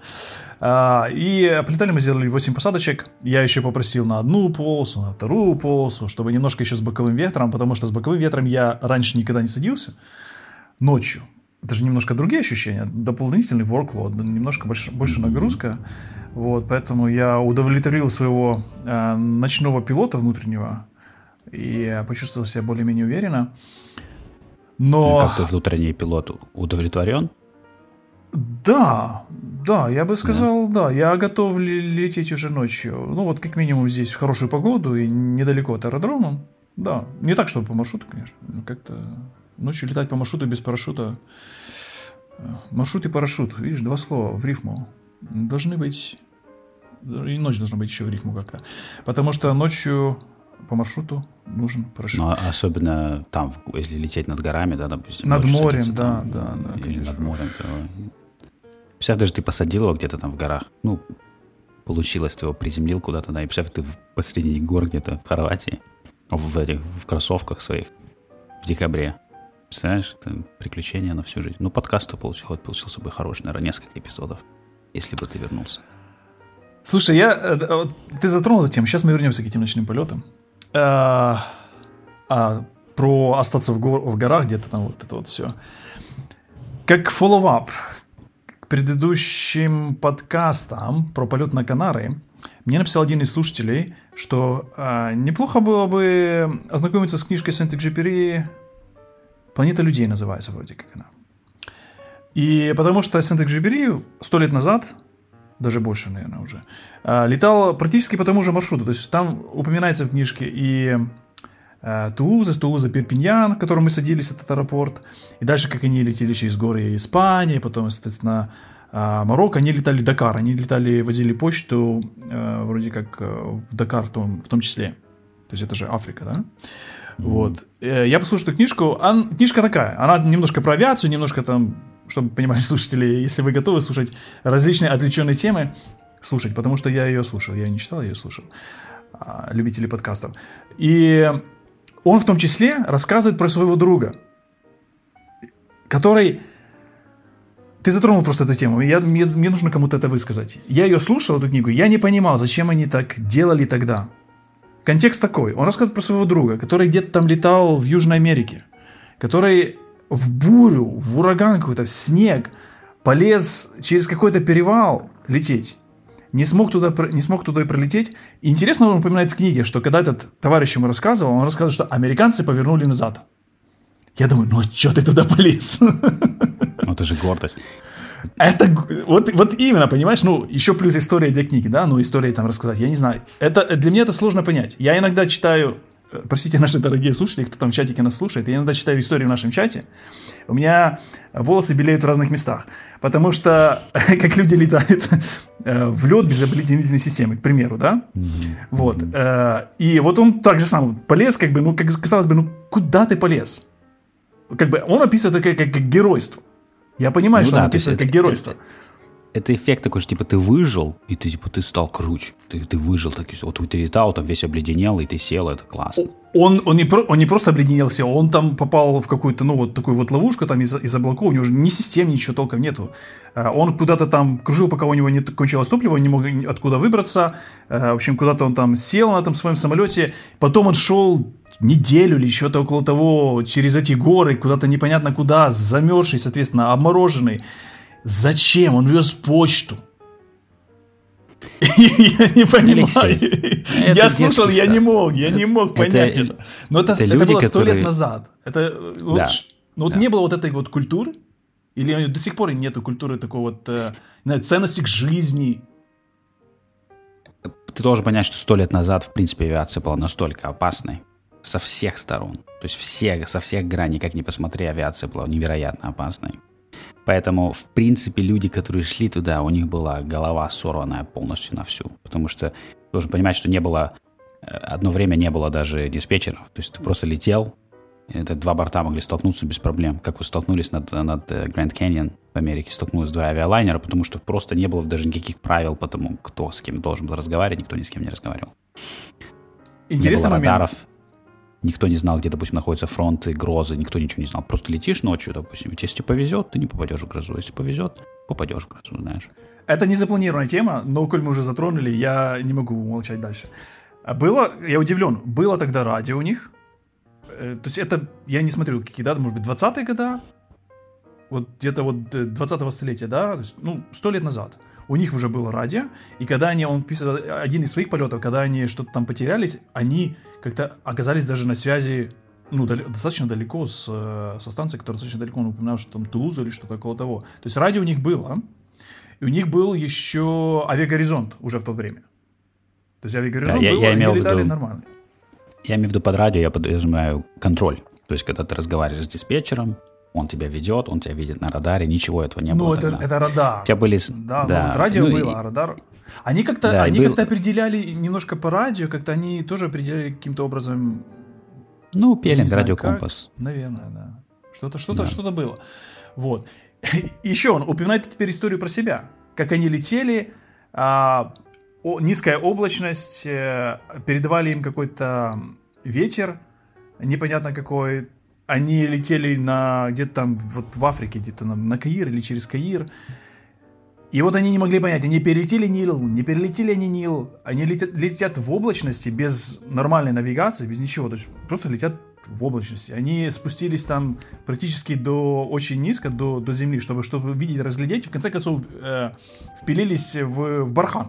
И полетали мы, сделали 8 посадочек. Я еще попросил на одну полосу, на вторую полосу, чтобы немножко еще с боковым ветром, потому что с боковым ветром я раньше никогда не садился ночью. Это же немножко другие ощущения, дополнительный workload, немножко больше нагрузка. Вот, поэтому я удовлетворил своего ночного пилота внутреннего и почувствовал себя более-менее уверенно. Но... Как ты внутренний пилот удовлетворен? Да, я бы сказал, да. Я готов лететь уже ночью. Ну, вот как минимум здесь в хорошую погоду и недалеко от аэродрома. Да, не так, чтобы по маршруту, конечно. Но как-то ночью летать по маршруту без парашюта. Маршрут и парашют, видишь, два слова в рифму. Должны быть... И ночь должна быть еще в рифму как-то. Потому что ночью по маршруту нужен парашют. Ну, особенно там, если лететь над горами, да, допустим. Над морем, да, или конечно. над морем, то... Представь, даже ты посадил его где-то там в горах. Ну, получилось, ты его приземлил куда-то, да, и представь, ты посреди гор где-то в Хорватии, в кроссовках своих в декабре. Представляешь, это приключение на всю жизнь. Ну, подкаст получился бы хороший, наверное, несколько эпизодов, если бы ты вернулся. Слушай, ты затронул эту тему, сейчас мы вернемся к этим ночным полетам. Про остаться в горах где-то там вот это вот все. Как follow-up к предыдущим подкастам про полет на Канары, мне написал один из слушателей, что неплохо было бы ознакомиться с книжкой Сент-Экзюпери «Планета людей» называется вроде как она. И потому что Сент-Экзюпери 100 лет назад, даже больше, наверное, уже, летал практически по тому же маршруту. То есть там упоминается в книжке и Тулуза, Перпиньян, в котором мы садились, этот аэропорт. И дальше, как они летели через горы Испании, потом, соответственно, Марокко, они летали в Дакар. Они возили почту вроде как в Дакар в том числе. То есть это же Африка, да? Вот. Я послушал эту книжку. Книжка такая. Она немножко про авиацию, немножко там, чтобы понимали слушатели, если вы готовы слушать различные отвлеченные темы, слушать, потому что я ее слушал. Я ее не читал, я ее слушал. Любители подкастов. И он в том числе рассказывает про своего друга, который... Ты затронул просто эту тему. Мне нужно кому-то это высказать. Я ее слушал, эту книгу, я не понимал, зачем они так делали тогда. Контекст такой. Он рассказывает про своего друга, который где-то там летал в Южной Америке, который в бурю, в ураган какой-то, в снег полез через какой-то перевал лететь. Не смог туда и пролететь. И интересно, он упоминает в книге, что когда этот товарищ ему рассказывал, он рассказывал, что американцы повернули назад. Я думаю, ну что ты туда полез? Это же гордость. Это вот именно, понимаешь, ну, еще плюс история для книги, да, ну, истории там рассказать, я не знаю. Для меня это сложно понять. Я иногда читаю, простите, наши дорогие слушатели, кто там в чатике нас слушает, я иногда читаю истории в нашем чате, у меня волосы белеют в разных местах, потому что, как люди летают в лед без определительной системы, к примеру, да, вот, и вот он так же сам полез, как бы, ну, как казалось бы, ну, куда ты полез? Как бы он описывает это как геройство. Я понимаю, что он описывает как геройство. Это эффект такой, что типа ты выжил, и ты стал круче. Ты выжил, так, вот ты летал, там весь обледенел, и ты сел, это классно. Он не просто обледенел, сел, он там попал в какую-то, ну, вот такую вот ловушку там из облаков, у него уже ни систем, ничего толком нету. Он куда-то там кружил, пока у него не кончилось топливо, он не мог откуда выбраться. В общем, куда-то он там сел на этом своем самолете, потом он шел неделю или что-то около того через эти горы, куда-то непонятно куда, замерзший, соответственно, обмороженный. Зачем? Он вез почту. Я не понимаю. Я слушал, я не мог понять это. Но это было 100 лет назад. Не было вот этой вот культуры, или до сих пор нету культуры такой вот ценности к жизни. Ты должен понять, что 100 лет назад, в принципе, авиация была настолько опасной со всех сторон. То есть со всех граней, как ни посмотри, авиация была невероятно опасной. Поэтому, в принципе, люди, которые шли туда, у них была голова сорванная полностью на всю. Потому что должен понимать, что одно время не было даже диспетчеров. То есть ты просто летел, два борта могли столкнуться без проблем. Как вы столкнулись над Гранд Каньон в Америке, столкнулись два авиалайнера, потому что просто не было даже никаких правил по тому, кто с кем должен был разговаривать, никто ни с кем не разговаривал. Интересный не было радаров. момент. Никто не знал, где, допустим, находятся фронты, грозы, никто ничего не знал. Просто летишь ночью, допустим, если тебе повезет, ты не попадешь в грозу. Если повезет, попадешь в грозу, знаешь. Это не запланированная тема, но, коль мы уже затронули, я не могу умолчать дальше. Я удивлен, было тогда радио у них. То есть это, я не смотрю, какие даты, может быть, 20-е года, вот где-то вот 20-го столетия, да, то есть, 100 лет назад. У них уже было радио, и когда он писал один из своих полетов, когда они что-то там потерялись, они как-то оказались даже на связи, достаточно далеко со станцией, которая достаточно далеко, он упоминал, что там Тулуза или что-то около того. То есть радио у них было, и у них был еще авиагоризонт уже в то время. То есть авиагоризонт был, они летали нормально. Я имею в виду под радио, я подразумеваю контроль. То есть когда ты разговариваешь с диспетчером, он тебя ведет, он тебя видит на радаре, ничего этого не было тогда. Это радар. У тебя были... Да. Радио было, а радар... Они как-то определяли немножко по радио, как-то они тоже определяли каким-то образом... пелинг, радиокомпас. Наверное, да. Что-то было. Вот. Еще он упоминает теперь историю про себя. Как они летели, низкая облачность, передавали им какой-то ветер, непонятно какой. Они летели где-то там вот в Африке, где-то на Каир или через Каир. И вот они не могли понять, они перелетели Нил, не перелетели они Нил. Они летят в облачности без нормальной навигации, без ничего. То есть просто летят в облачности. Они спустились там практически очень низко, до земли, чтобы видеть, разглядеть. И в конце концов впилились в бархан.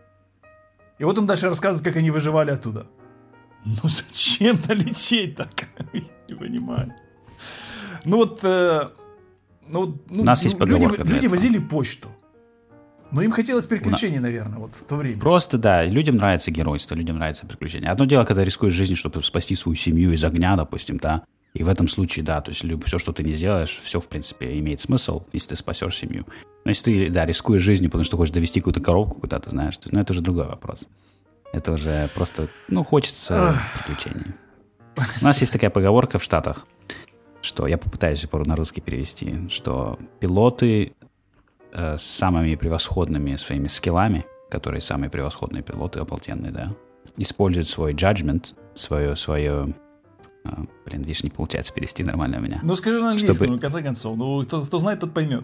И вот он дальше рассказывает, как они выживали оттуда. Зачем-то лететь так? Я не понимаю. У нас есть поговорка. Люди возили почту. Но им хотелось приключений, наверное, вот в то время. Просто, да, людям нравится геройство, людям нравится приключения. Одно дело, когда рискуешь жизнью, чтобы спасти свою семью из огня, допустим, да. И в этом случае, да, то есть все, что ты не сделаешь, все, в принципе, имеет смысл, если ты спасешь семью. Но если ты, да, рискуешь жизнью, потому что хочешь довести какую-то коробку куда-то, знаешь, это уже другой вопрос. Это уже просто, хочется приключений. У нас есть такая поговорка в Штатах, что я попытаюсь на русский перевести, что пилоты с самыми превосходными своими скиллами, которые самые превосходные пилоты, ополтенные, да, используют свой judgment, свое видишь, не получается перевести нормально у меня. Скажи на английском, в конце концов. Кто знает, тот поймет.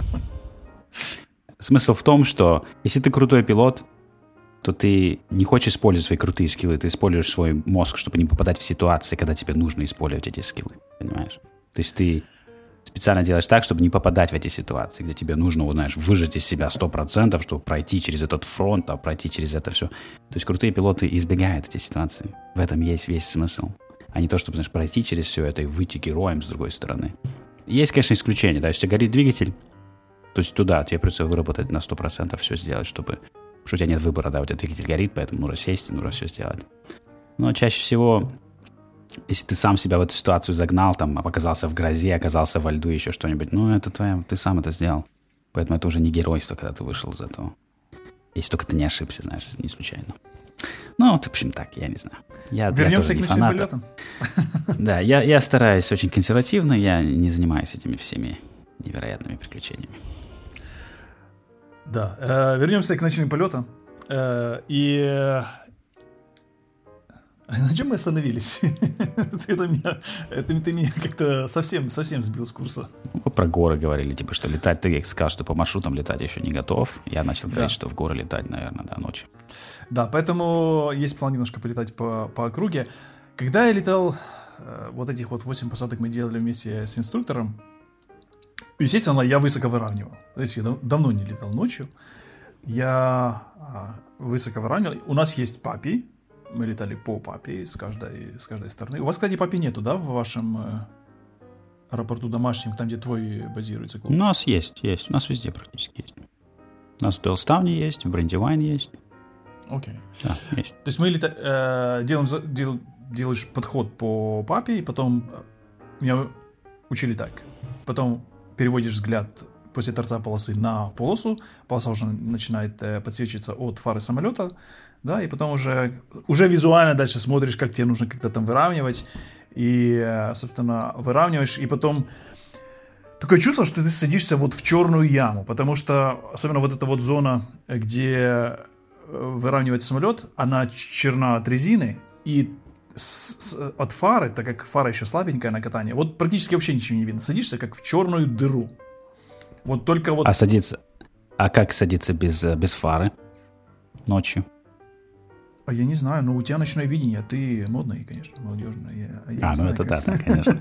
Смысл в том, что если ты крутой пилот, то ты не хочешь использовать свои крутые скиллы, ты используешь свой мозг, чтобы не попадать в ситуации, когда тебе нужно использовать эти скиллы, понимаешь? То есть ты специально делаешь так, чтобы не попадать в эти ситуации, где тебе нужно, выжать из себя 100%, чтобы пройти через этот фронт, пройти через это все. То есть крутые пилоты избегают эти ситуации. В этом есть весь смысл. А не то, чтобы, пройти через все это и выйти героем с другой стороны. Есть, конечно, исключения, да, если у тебя горит двигатель, то есть туда тебе придется выработать на 100% все сделать, чтобы у тебя нет выбора, да, у тебя двигатель горит, поэтому нужно сесть, нужно все сделать. Но чаще всего, если ты сам себя в эту ситуацию загнал, там, оказался в грозе, оказался во льду, еще что-нибудь, ты сам это сделал. Поэтому это уже не геройство, когда ты вышел из этого. Если только ты не ошибся, знаешь, не случайно. В общем, так, я не знаю. Вернемся к ночным полетам. Да, я стараюсь очень консервативно, я не занимаюсь этими всеми невероятными приключениями. Да, вернемся к ночным полетам. И на чем мы остановились? Ты меня как-то совсем сбил с курса. Мы про горы говорили, что летать, ты сказал, что по маршрутам летать еще не готов. Я начал говорить, что в горы летать, наверное, ночью. Да, поэтому есть план немножко полетать по округе. Когда я летал, вот этих 8 посадок мы делали вместе с инструктором, естественно, я высоко выравнивал. То есть я давно не летал ночью. Я высоко выравнивал. У нас есть Папи. Мы летали по Папи с каждой стороны. У вас, кстати, Папи нету, да, в вашем аэропорту домашнем, там, где твой базируется клуб? У нас есть. У нас везде практически есть. У нас в Делстауне есть, в Брендивайн есть. Окей. Да, есть. То есть мы делаешь подход по Папи, и потом меня учили так. Потом переводишь взгляд после торца полосы на полосу. Полоса уже начинает подсвечиваться от фары самолета, да, и потом уже визуально дальше смотришь, как тебе нужно как-то там выравнивать. И, собственно, выравниваешь, и потом такое чувство, что ты садишься вот в черную яму, потому что, особенно вот эта вот зона, где выравнивается самолет, она черна от резины, и от фары, так как фара еще слабенькая на катание, вот практически вообще ничего не видно. Садишься как в черную дыру. Вот только вот... А как садиться без фары ночью? А я не знаю, но у тебя ночное видение, а ты модный, конечно, молодежный. Конечно.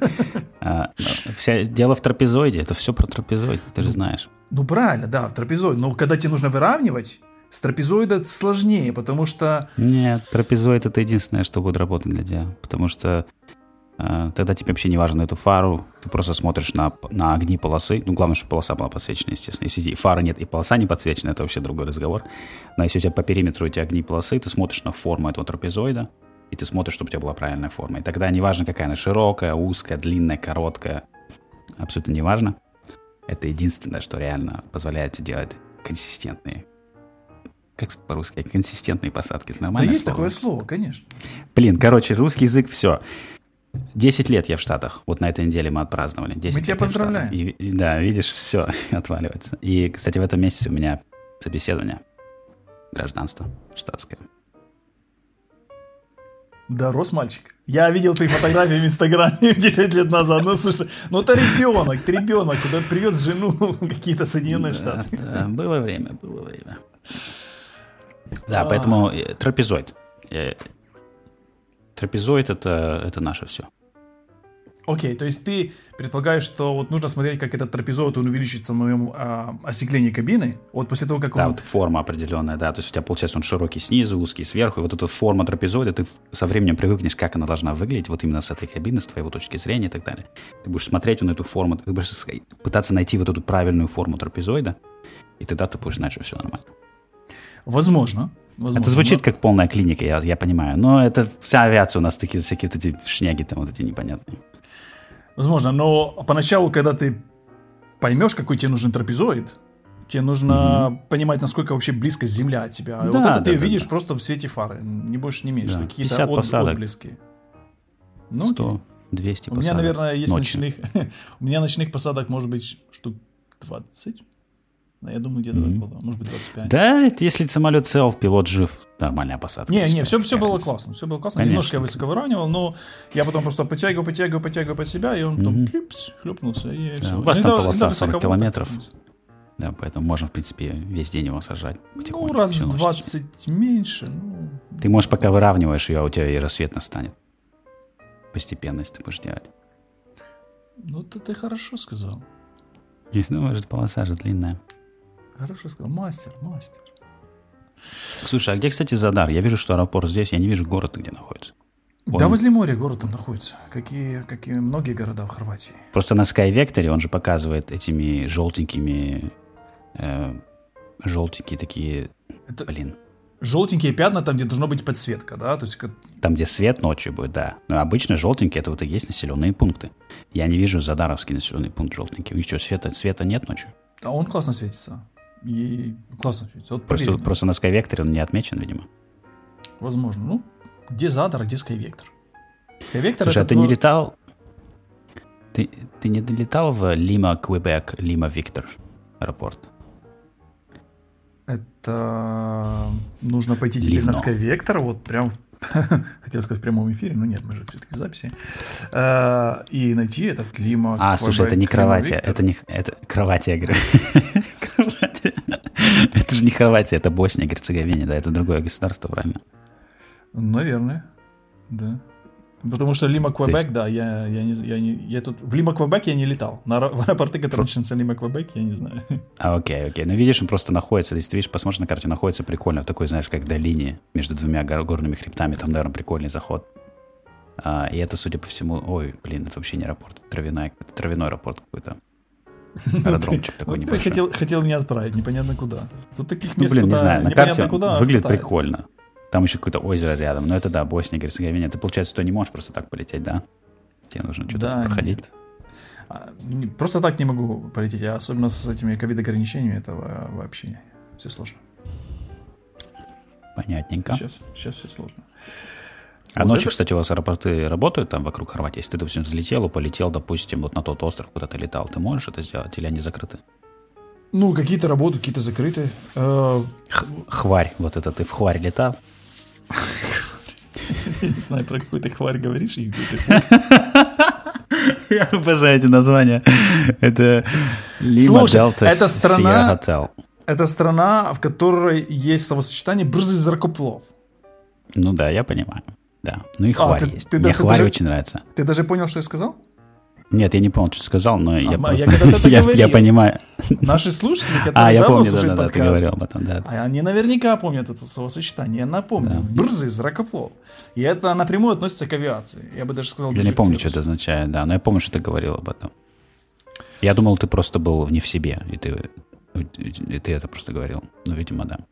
Дело в трапезоиде, это все про трапезоид, ты же знаешь. Ну, правильно, да, в трапезоид. Но когда тебе нужно выравнивать, с трапезоида сложнее, потому что... Нет, трапезоид — это единственное, что будет работать для тебя, потому что тогда тебе вообще не важно эту фару, ты просто смотришь на огни полосы. Ну, главное, чтобы полоса была подсвечена, естественно. Если фары нет и полоса не подсвечена, это вообще другой разговор. Но если у тебя по периметру эти огни полосы, ты смотришь на форму этого трапезоида, и ты смотришь, чтобы у тебя была правильная форма. И тогда неважно, какая она, широкая, узкая, длинная, короткая, абсолютно неважно. Это единственное, что реально позволяет тебе делать консистентные, как по-русски, консистентные посадки. Это нормальное слово? Да есть слово? такое слово, конечно. Блин, короче, русский язык, все. 10 лет я в Штатах. Вот на этой неделе мы отпраздновали. 10 мы тебя поздравляем. И, да, видишь, все отваливается. И, кстати, в этом месяце у меня собеседование. Гражданство штатское. Да, рос мальчик. Я видел твои фотографии в Инстаграме 10 лет назад. Ну, слушай, это ребенок, куда привез жену какие-то Соединенные Штаты. Да, было время. Да, поэтому трапезоид. Трапезоид — это наше все. Окей, то есть ты предполагаешь, что вот нужно смотреть, как этот трапезоид, он увеличится в моем остеклении кабины, вот после того, как он... Да, вот форма определенная, да, то есть у тебя, получается, он широкий снизу, узкий сверху, и вот эта форма трапезоида, ты со временем привыкнешь, как она должна выглядеть, вот именно с этой кабины, с твоей точки зрения и так далее. Ты будешь смотреть на эту форму, ты будешь пытаться найти вот эту правильную форму трапезоида, и тогда ты будешь знать, что все нормально. Возможно. Это звучит как полная клиника, я понимаю, но это вся авиация у нас такие всякие вот эти шняги там вот эти непонятные. Возможно, но поначалу, когда ты поймешь, какой тебе нужен трапезоид, тебе нужно понимать, насколько вообще близко Земля от тебя. Да, вот это ты видишь просто в свете фары, не больше, не меньше. Какие-то отблески. 100, 200 посадок. У меня, наверное, есть у меня ночных посадок может быть штук 20. Я думаю, где-то около, может быть, 25. Да, если самолет цел, пилот жив, нормальная посадка. Не, все было классно. Все было классно. Конечно. Немножко я высоко выравнивал, но я потом просто подтягиваю под себя, и он потом шлепнулся. И да, у вас там полоса 40 километров. Да, поэтому можно, в принципе, весь день его сажать потихоньку. Ну, раз в 20 меньше. Ты можешь, пока выравниваешь ее, а у тебя и рассвет настанет. Постепенность ты будешь делать. Ну, ты хорошо сказал. Если, может, полоса же длинная. Хорошо сказал. Мастер. Слушай, а где, кстати, Задар? Я вижу, что аэропорт здесь, я не вижу город, где находится. Да, возле моря город там находится. Какие многие города в Хорватии. Просто на SkyVector он же показывает этими желтенькие такие, блин. Желтенькие пятна там, где должна быть подсветка, да? То есть, там, где свет ночью будет, да. Но обычно желтенькие, это вот и есть населенные пункты. Я не вижу Задаровский населенный пункт желтенький. У них что, света нет ночью? А он классно светится. И классно светится. Вот просто на SkyVector он не отмечен, видимо. Возможно. Ну, где Задар, а где SkyVector? SkyVector. Слушай, а ты не летал? Ты не летал в Лима, Квебек, Лима, Виктор аэропорт? Это нужно пойти теперь на SkyVector, вот прям, хотел сказать в прямом эфире, но нет, мы же все-таки в записи, и найти этот Лима. Слушай, это не Хорватия, это Хорватия, я говорю. Это же не Хорватия, это Босния, Герцеговина, да, это другое государство, правильно? Наверное, да. Потому что Лима, Квебек, да, я тут... В Лима, Квебек я не летал. В аэропорты, которые начинаются Лима, Квебек, я не знаю. Окей. Ну, видишь, он просто находится, если ты видишь, посмотришь на карте, находится прикольно в такой, знаешь, как долине между двумя горными хребтами. Там, наверное, прикольный заход. И это, судя по всему... Ой, блин, это вообще не аэропорт. Травяной аэропорт какой-то. Аэродромчик такой небольшой. Хотел меня отправить, непонятно куда. Тут таких мест, не знаю, на карте выглядит прикольно. Там еще какое-то озеро рядом. Но это, да, Босния и Герцеговина. Ты, получается, туда не можешь просто так полететь, да? Тебе нужно что-то проходить. Нет. Просто так не могу полететь. А особенно с этими ковид-ограничениями этого вообще все сложно. Понятненько. Сейчас все сложно. А ночью, кстати, у вас аэропорты работают там вокруг Хорватии? Если ты, допустим, взлетел и полетел, допустим, вот на тот остров, куда ты летал, ты можешь это сделать или они закрыты? Ну, какие-то работают, какие-то закрыты. Хварь, вот это ты в Хварь летал? Я не знаю, про какую ты Хварь говоришь. Я обожаю эти названия. Это Лима Делта Сьерра Хотел. Это страна, в которой есть словосочетание «брзый зракоплов». Ну да, я понимаю. Да. Ну и Хварь есть. Мне Хварь очень нравится. Ты даже понял, что я сказал? Нет, я не понял, что ты сказал, но я просто... Я понимаю. Наши слушатели, которые я помню, слушают подкаст, ты говорил об этом, да. Они наверняка помнят это словосочетание. Я напомню. Да. Брзый зракоплов. И это напрямую относится к авиации. Я бы даже сказал... Я не помню, что это означает, да, но я помню, что ты говорил об этом. Я думал, ты просто был не в себе, и ты это просто говорил. Ну, видимо, да.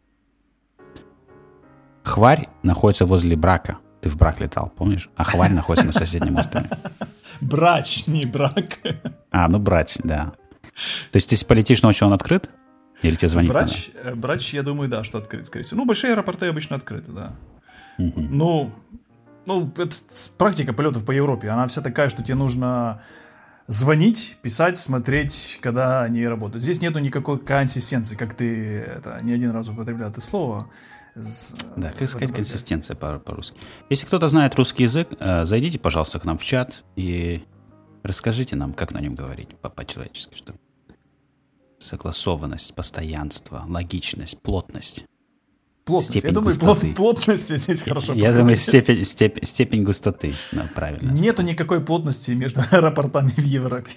Хварь находится возле Брака. Ты в Брак летал, помнишь? А Хварь находится на соседнем острове. Брач, не Брак. Брач, да. То есть, если полетишь ночью, он открыт? Или тебе звонит? Брач, я думаю, да, что открыт, скорее всего. Ну, большие аэропорты обычно открыты, да. Ну, это практика полетов по Европе. Она вся такая, что тебе нужно звонить, писать, смотреть, когда они работают. Здесь нету никакой консистенции, как ты это не один раз употреблял это слово. Да, как сказать консистенция по-русски. Если кто-то знает русский язык, зайдите, пожалуйста, к нам в чат и расскажите нам, как на нем говорить по-человечески. Что согласованность, постоянство, логичность, плотность. Плотность. Я думаю, плотность здесь хорошо. Я думаю, степень густоты. Правильно. Нету никакой плотности между аэропортами в Европе.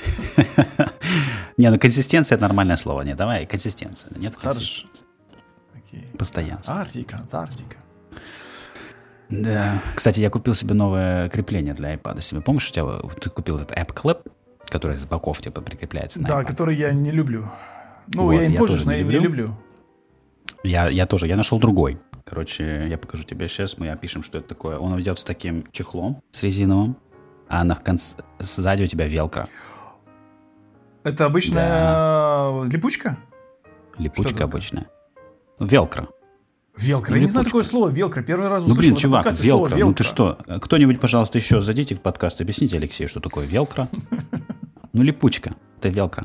Не, ну консистенция — это нормальное слово. Не, давай, консистенция. Нет консистенции. Постоянство. Антарктика. Да. Кстати, я купил себе новое крепление для iPad себе. Помнишь, ты купил этот App Clip, который с боков типа прикрепляется на iPad? Да, который я не люблю. Ну, вот, я им пользуюсь, но я не люблю. Я тоже. Я нашел другой. Короче, я покажу тебе сейчас. Мы опишем, что это такое. Он идет с таким чехлом, с резиновым, а сзади у тебя велкро. Это обычная липучка? Липучка обычная. Велкро. Велкро. Я не знаю такое слово велкро. Первый раз услышал. Ну, блин, чувак, велкро. Ну ты что? Кто-нибудь, пожалуйста, еще зайдите в подкаст, объясните Алексею, что такое велкро. Ну, липучка. Это велкро.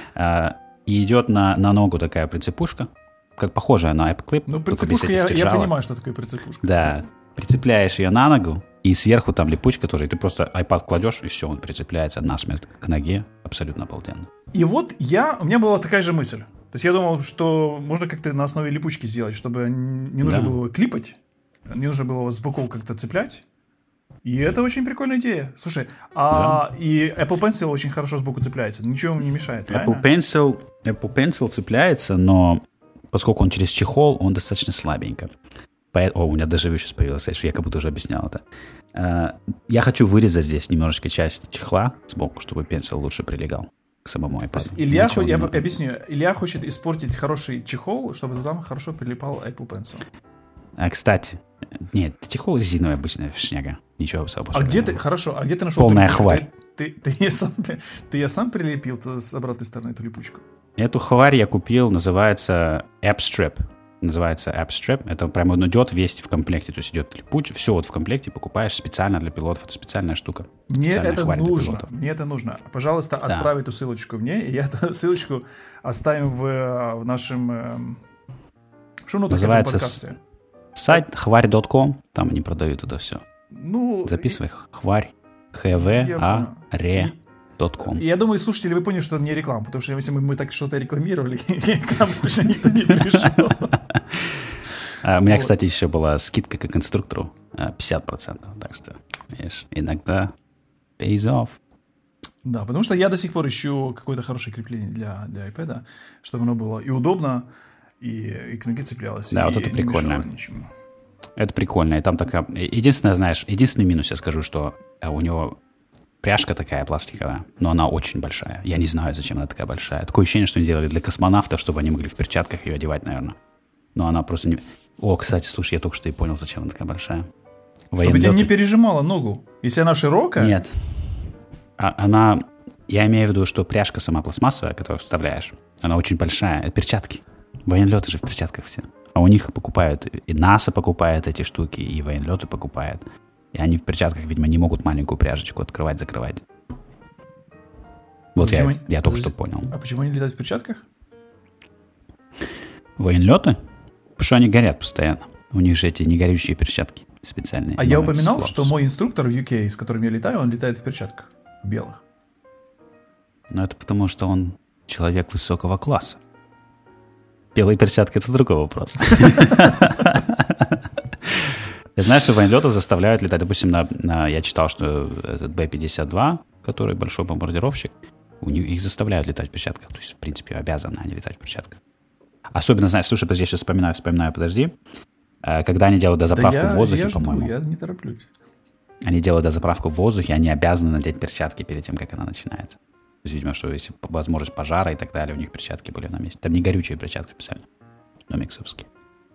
И идет на ногу такая прицепушка, как похожая на App-Clip. Ну, прицепушка, я понимаю, что такое прицепушка. Да. Прицепляешь ее на ногу, и сверху там липучка тоже. И ты просто iPad кладешь, и все, он прицепляется насмерть к ноге. Абсолютно обалденно. И вот у меня была такая же мысль. То есть я думал, что можно как-то на основе липучки сделать, чтобы не нужно было его клипать, не нужно было его с боков как-то цеплять. И это очень прикольная идея. Слушай, и Apple Pencil очень хорошо сбоку цепляется, ничего ему не мешает. Apple Pencil цепляется, но поскольку он через чехол, он достаточно слабенько. У меня дежавю сейчас появилось, что я как будто уже объяснял это. Я хочу вырезать здесь немножечко часть чехла сбоку, чтобы Pencil лучше прилегал к самому iPad. Я объясню. Илья хочет испортить хороший чехол, чтобы туда хорошо прилипал Apple Pencil. Кстати, нет, чехол резиновый обычная шняга. Ничего особенного. А где ты нашел? Полная Хварь. Ты ее сам прилепил с обратной стороны эту липучку? Эту Хварь я купил, называется AppStrip. Это прямо он идет весь в комплекте. То есть идет липучка, все вот в комплекте покупаешь специально для пилотов. Это специальная штука. Мне это нужно. Пожалуйста, отправь эту ссылочку мне, и эту ссылочку оставим в нашем в шоу-нотах этого подкаста. Сайт хварь.com, там они продают это все. Записывай хварь. hvaре.com. Я думаю, слушатели, вы поняли, что это не реклама, потому что если мы так что-то рекламировали, рекламу точно никто не пришел. У меня, кстати, еще была скидка к инструктору 50%, так что Видишь, иногда pays off. Да, потому что я до сих пор ищу какое-то хорошее крепление для iPad, чтобы оно было и удобно, и к ноге цеплялось. Да, и вот это прикольно. Ничему. Это прикольно. И там такая... Единственное, знаешь, единственный минус я скажу, что у него пряжка такая пластиковая, но она очень большая. Я не знаю, зачем она такая большая. Такое ощущение, что они делали для космонавтов, чтобы они могли в перчатках ее одевать, наверное. Но она просто не... О, кстати, слушай, я только что и понял, зачем она такая большая. Чтобы тебе не пережимала ногу. Если она широкая... Нет. Она... Я имею в виду, что пряжка сама пластмассовая, которую вставляешь, она очень большая. Это перчатки. Военлеты же в перчатках все. А у них покупают... И НАСА покупает эти штуки, и военлеты покупают. И они в перчатках, видимо, не могут маленькую пряжечку открывать-закрывать. Вот я только что понял. А почему они летают в перчатках? Военлеты? Потому что они горят постоянно. У них же эти негорючие перчатки специальные. А я упоминал, что мой инструктор в UK, с которым я летаю, он летает в перчатках белых. Ну, это потому, что он человек высокого класса. Белые перчатки — это другой вопрос. Я знаю, что военлетов заставляют летать. Допустим, я читал, что этот Б-52, который большой бомбардировщик, их заставляют летать в перчатках. То есть, в принципе, обязаны они летать в перчатках. Особенно, знаешь, слушай, подожди, я сейчас вспоминаю, подожди. Когда они делают дозаправку в воздухе, по-моему. Я не тороплюсь. Они делают дозаправку в воздухе, они обязаны надеть перчатки перед тем, как она начинается. То есть, видимо, что если возможность пожара и так далее, у них перчатки были на месте. Там не горючие перчатки специально, но миксовские.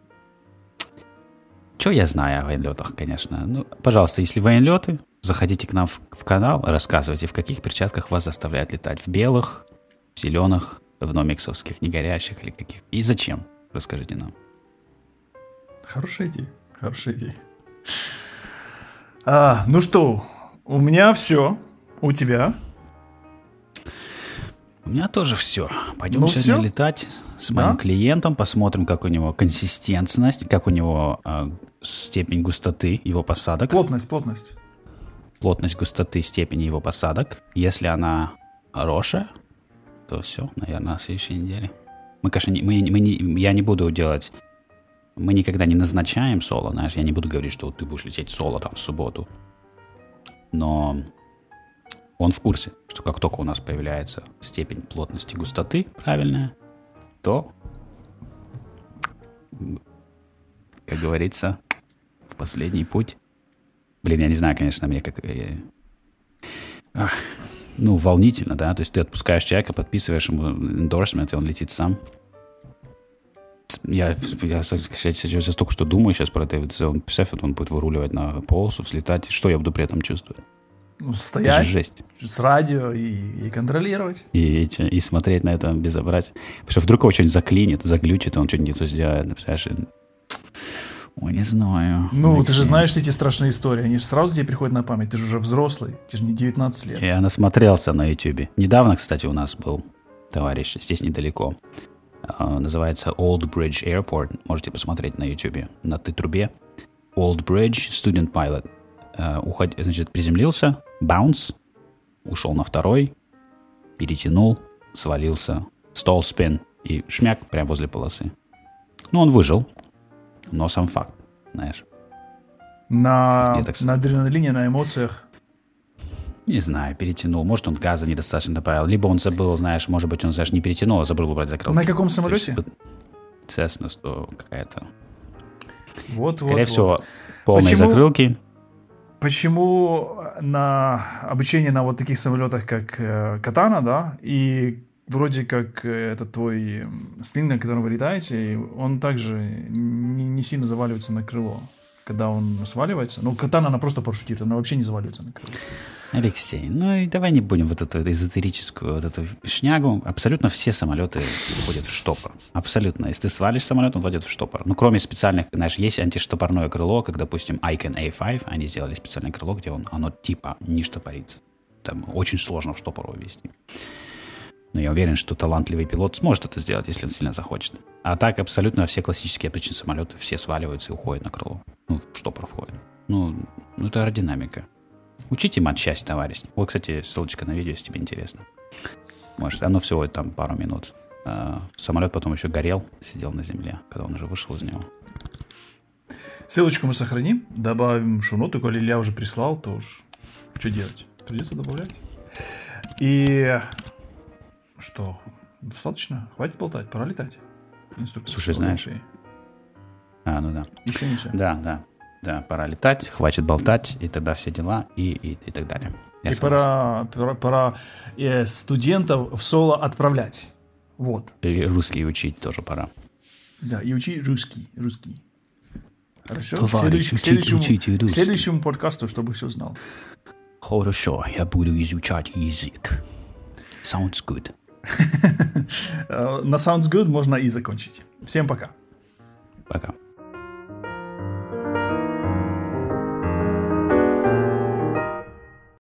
Что я знаю о военлетах, конечно. Ну, пожалуйста, если военлеты, заходите к нам в канал, рассказывайте, в каких перчатках вас заставляют летать. В белых, в зеленых, в номиксовских, не горящих или каких. И зачем? Расскажите нам. Хорошая идея. Ну что, у меня все. У тебя? У меня тоже все. Пойдем сегодня летать с моим клиентом, посмотрим, как у него консистентность, как у него степень густоты его посадок. Плотность. Плотность густоты степени его посадок. Если она хорошая, то все, наверное, на следующей неделе. Мы, конечно, я не буду делать... Мы никогда не назначаем соло, знаешь, я не буду говорить, что ты будешь лететь соло там в субботу. Но он в курсе, что как только у нас появляется степень плотности густоты правильная, то, как говорится, в последний путь. Блин, я не знаю, конечно, мне как... волнительно, да? То есть ты отпускаешь человека, подписываешь ему эндорсмент, и он летит сам. Я сейчас только что думаю сейчас про это. Представь, он будет выруливать на полосу, взлетать. Что я буду при этом чувствовать? Стоять это же жесть. С радио и контролировать. И смотреть на это безобразие. Потому что вдруг его что-нибудь заклинит, заглючит, он что-нибудь не то сделает. Представляешь? Ой, не знаю. Ну, ты же знаешь эти страшные истории. Они же сразу тебе приходят на память. Ты же уже взрослый. Тебе же не 19 лет. Я насмотрелся на YouTube. Недавно, кстати, у нас был товарищ, здесь недалеко. Называется Old Bridge Airport. Можете посмотреть на YouTube. На Т-трубе. Old Bridge Student Pilot. Значит, приземлился, bounce, ушел на второй, перетянул, свалился, stall spin и шмяк прямо возле полосы. Ну, он выжил, но сам факт, знаешь. На адреналине, на эмоциях. Не знаю, перетянул. Может, он газа недостаточно добавил. Либо он забыл, знаешь, может быть, он, знаешь, не перетянул, а забыл убрать закрылки. На каком самолете? Cessna 100 какая-то. Скорее всего, полные закрылки. Почему на обучение на вот таких самолетах, как Катана, да, и вроде как этот твой слинг, на котором вы летаете, он также не сильно заваливается на крыло, когда он сваливается. Ну, Катана, она просто парашютирует, она вообще не заваливается на крыло. Алексей, ну и давай не будем вот эту эзотерическую вот эту шнягу. Абсолютно все самолеты входят в штопор. Абсолютно. Если ты свалишь самолет, он входит в штопор. Ну, кроме специальных, знаешь, есть антиштопорное крыло, как, допустим, Icon A5, они сделали специальное крыло, где оно типа не штопорится. Там очень сложно в штопор увести. Но я уверен, что талантливый пилот сможет это сделать, если он сильно захочет. А так абсолютно все классические обычные самолеты, все сваливаются и уходят на крыло. Ну, в штопор входят. Ну это аэродинамика. Учите матчасть, товарищ. Вот, кстати, ссылочка на видео, если тебе интересно. Может, оно всего там пару минут. Самолет потом еще горел, сидел на земле, когда он уже вышел из него. Ссылочку мы сохраним, добавим в шоу-ноты, коли Илья уже прислал, то уж что делать? Придется добавлять. И что? Достаточно? Хватит болтать, пора летать. Слушай, знаешь... ну да. Еще не все. Да, пора летать, хватит болтать, и тогда все дела, и так далее. И пора студентов в соло отправлять. Вот. И русский учить тоже пора. Да, и учить русский. Хорошо? Товарищ, к следующему подкасту, чтобы все знал. Хорошо, я буду изучать язык. Sounds good. На sounds good можно и закончить. Всем пока. Пока.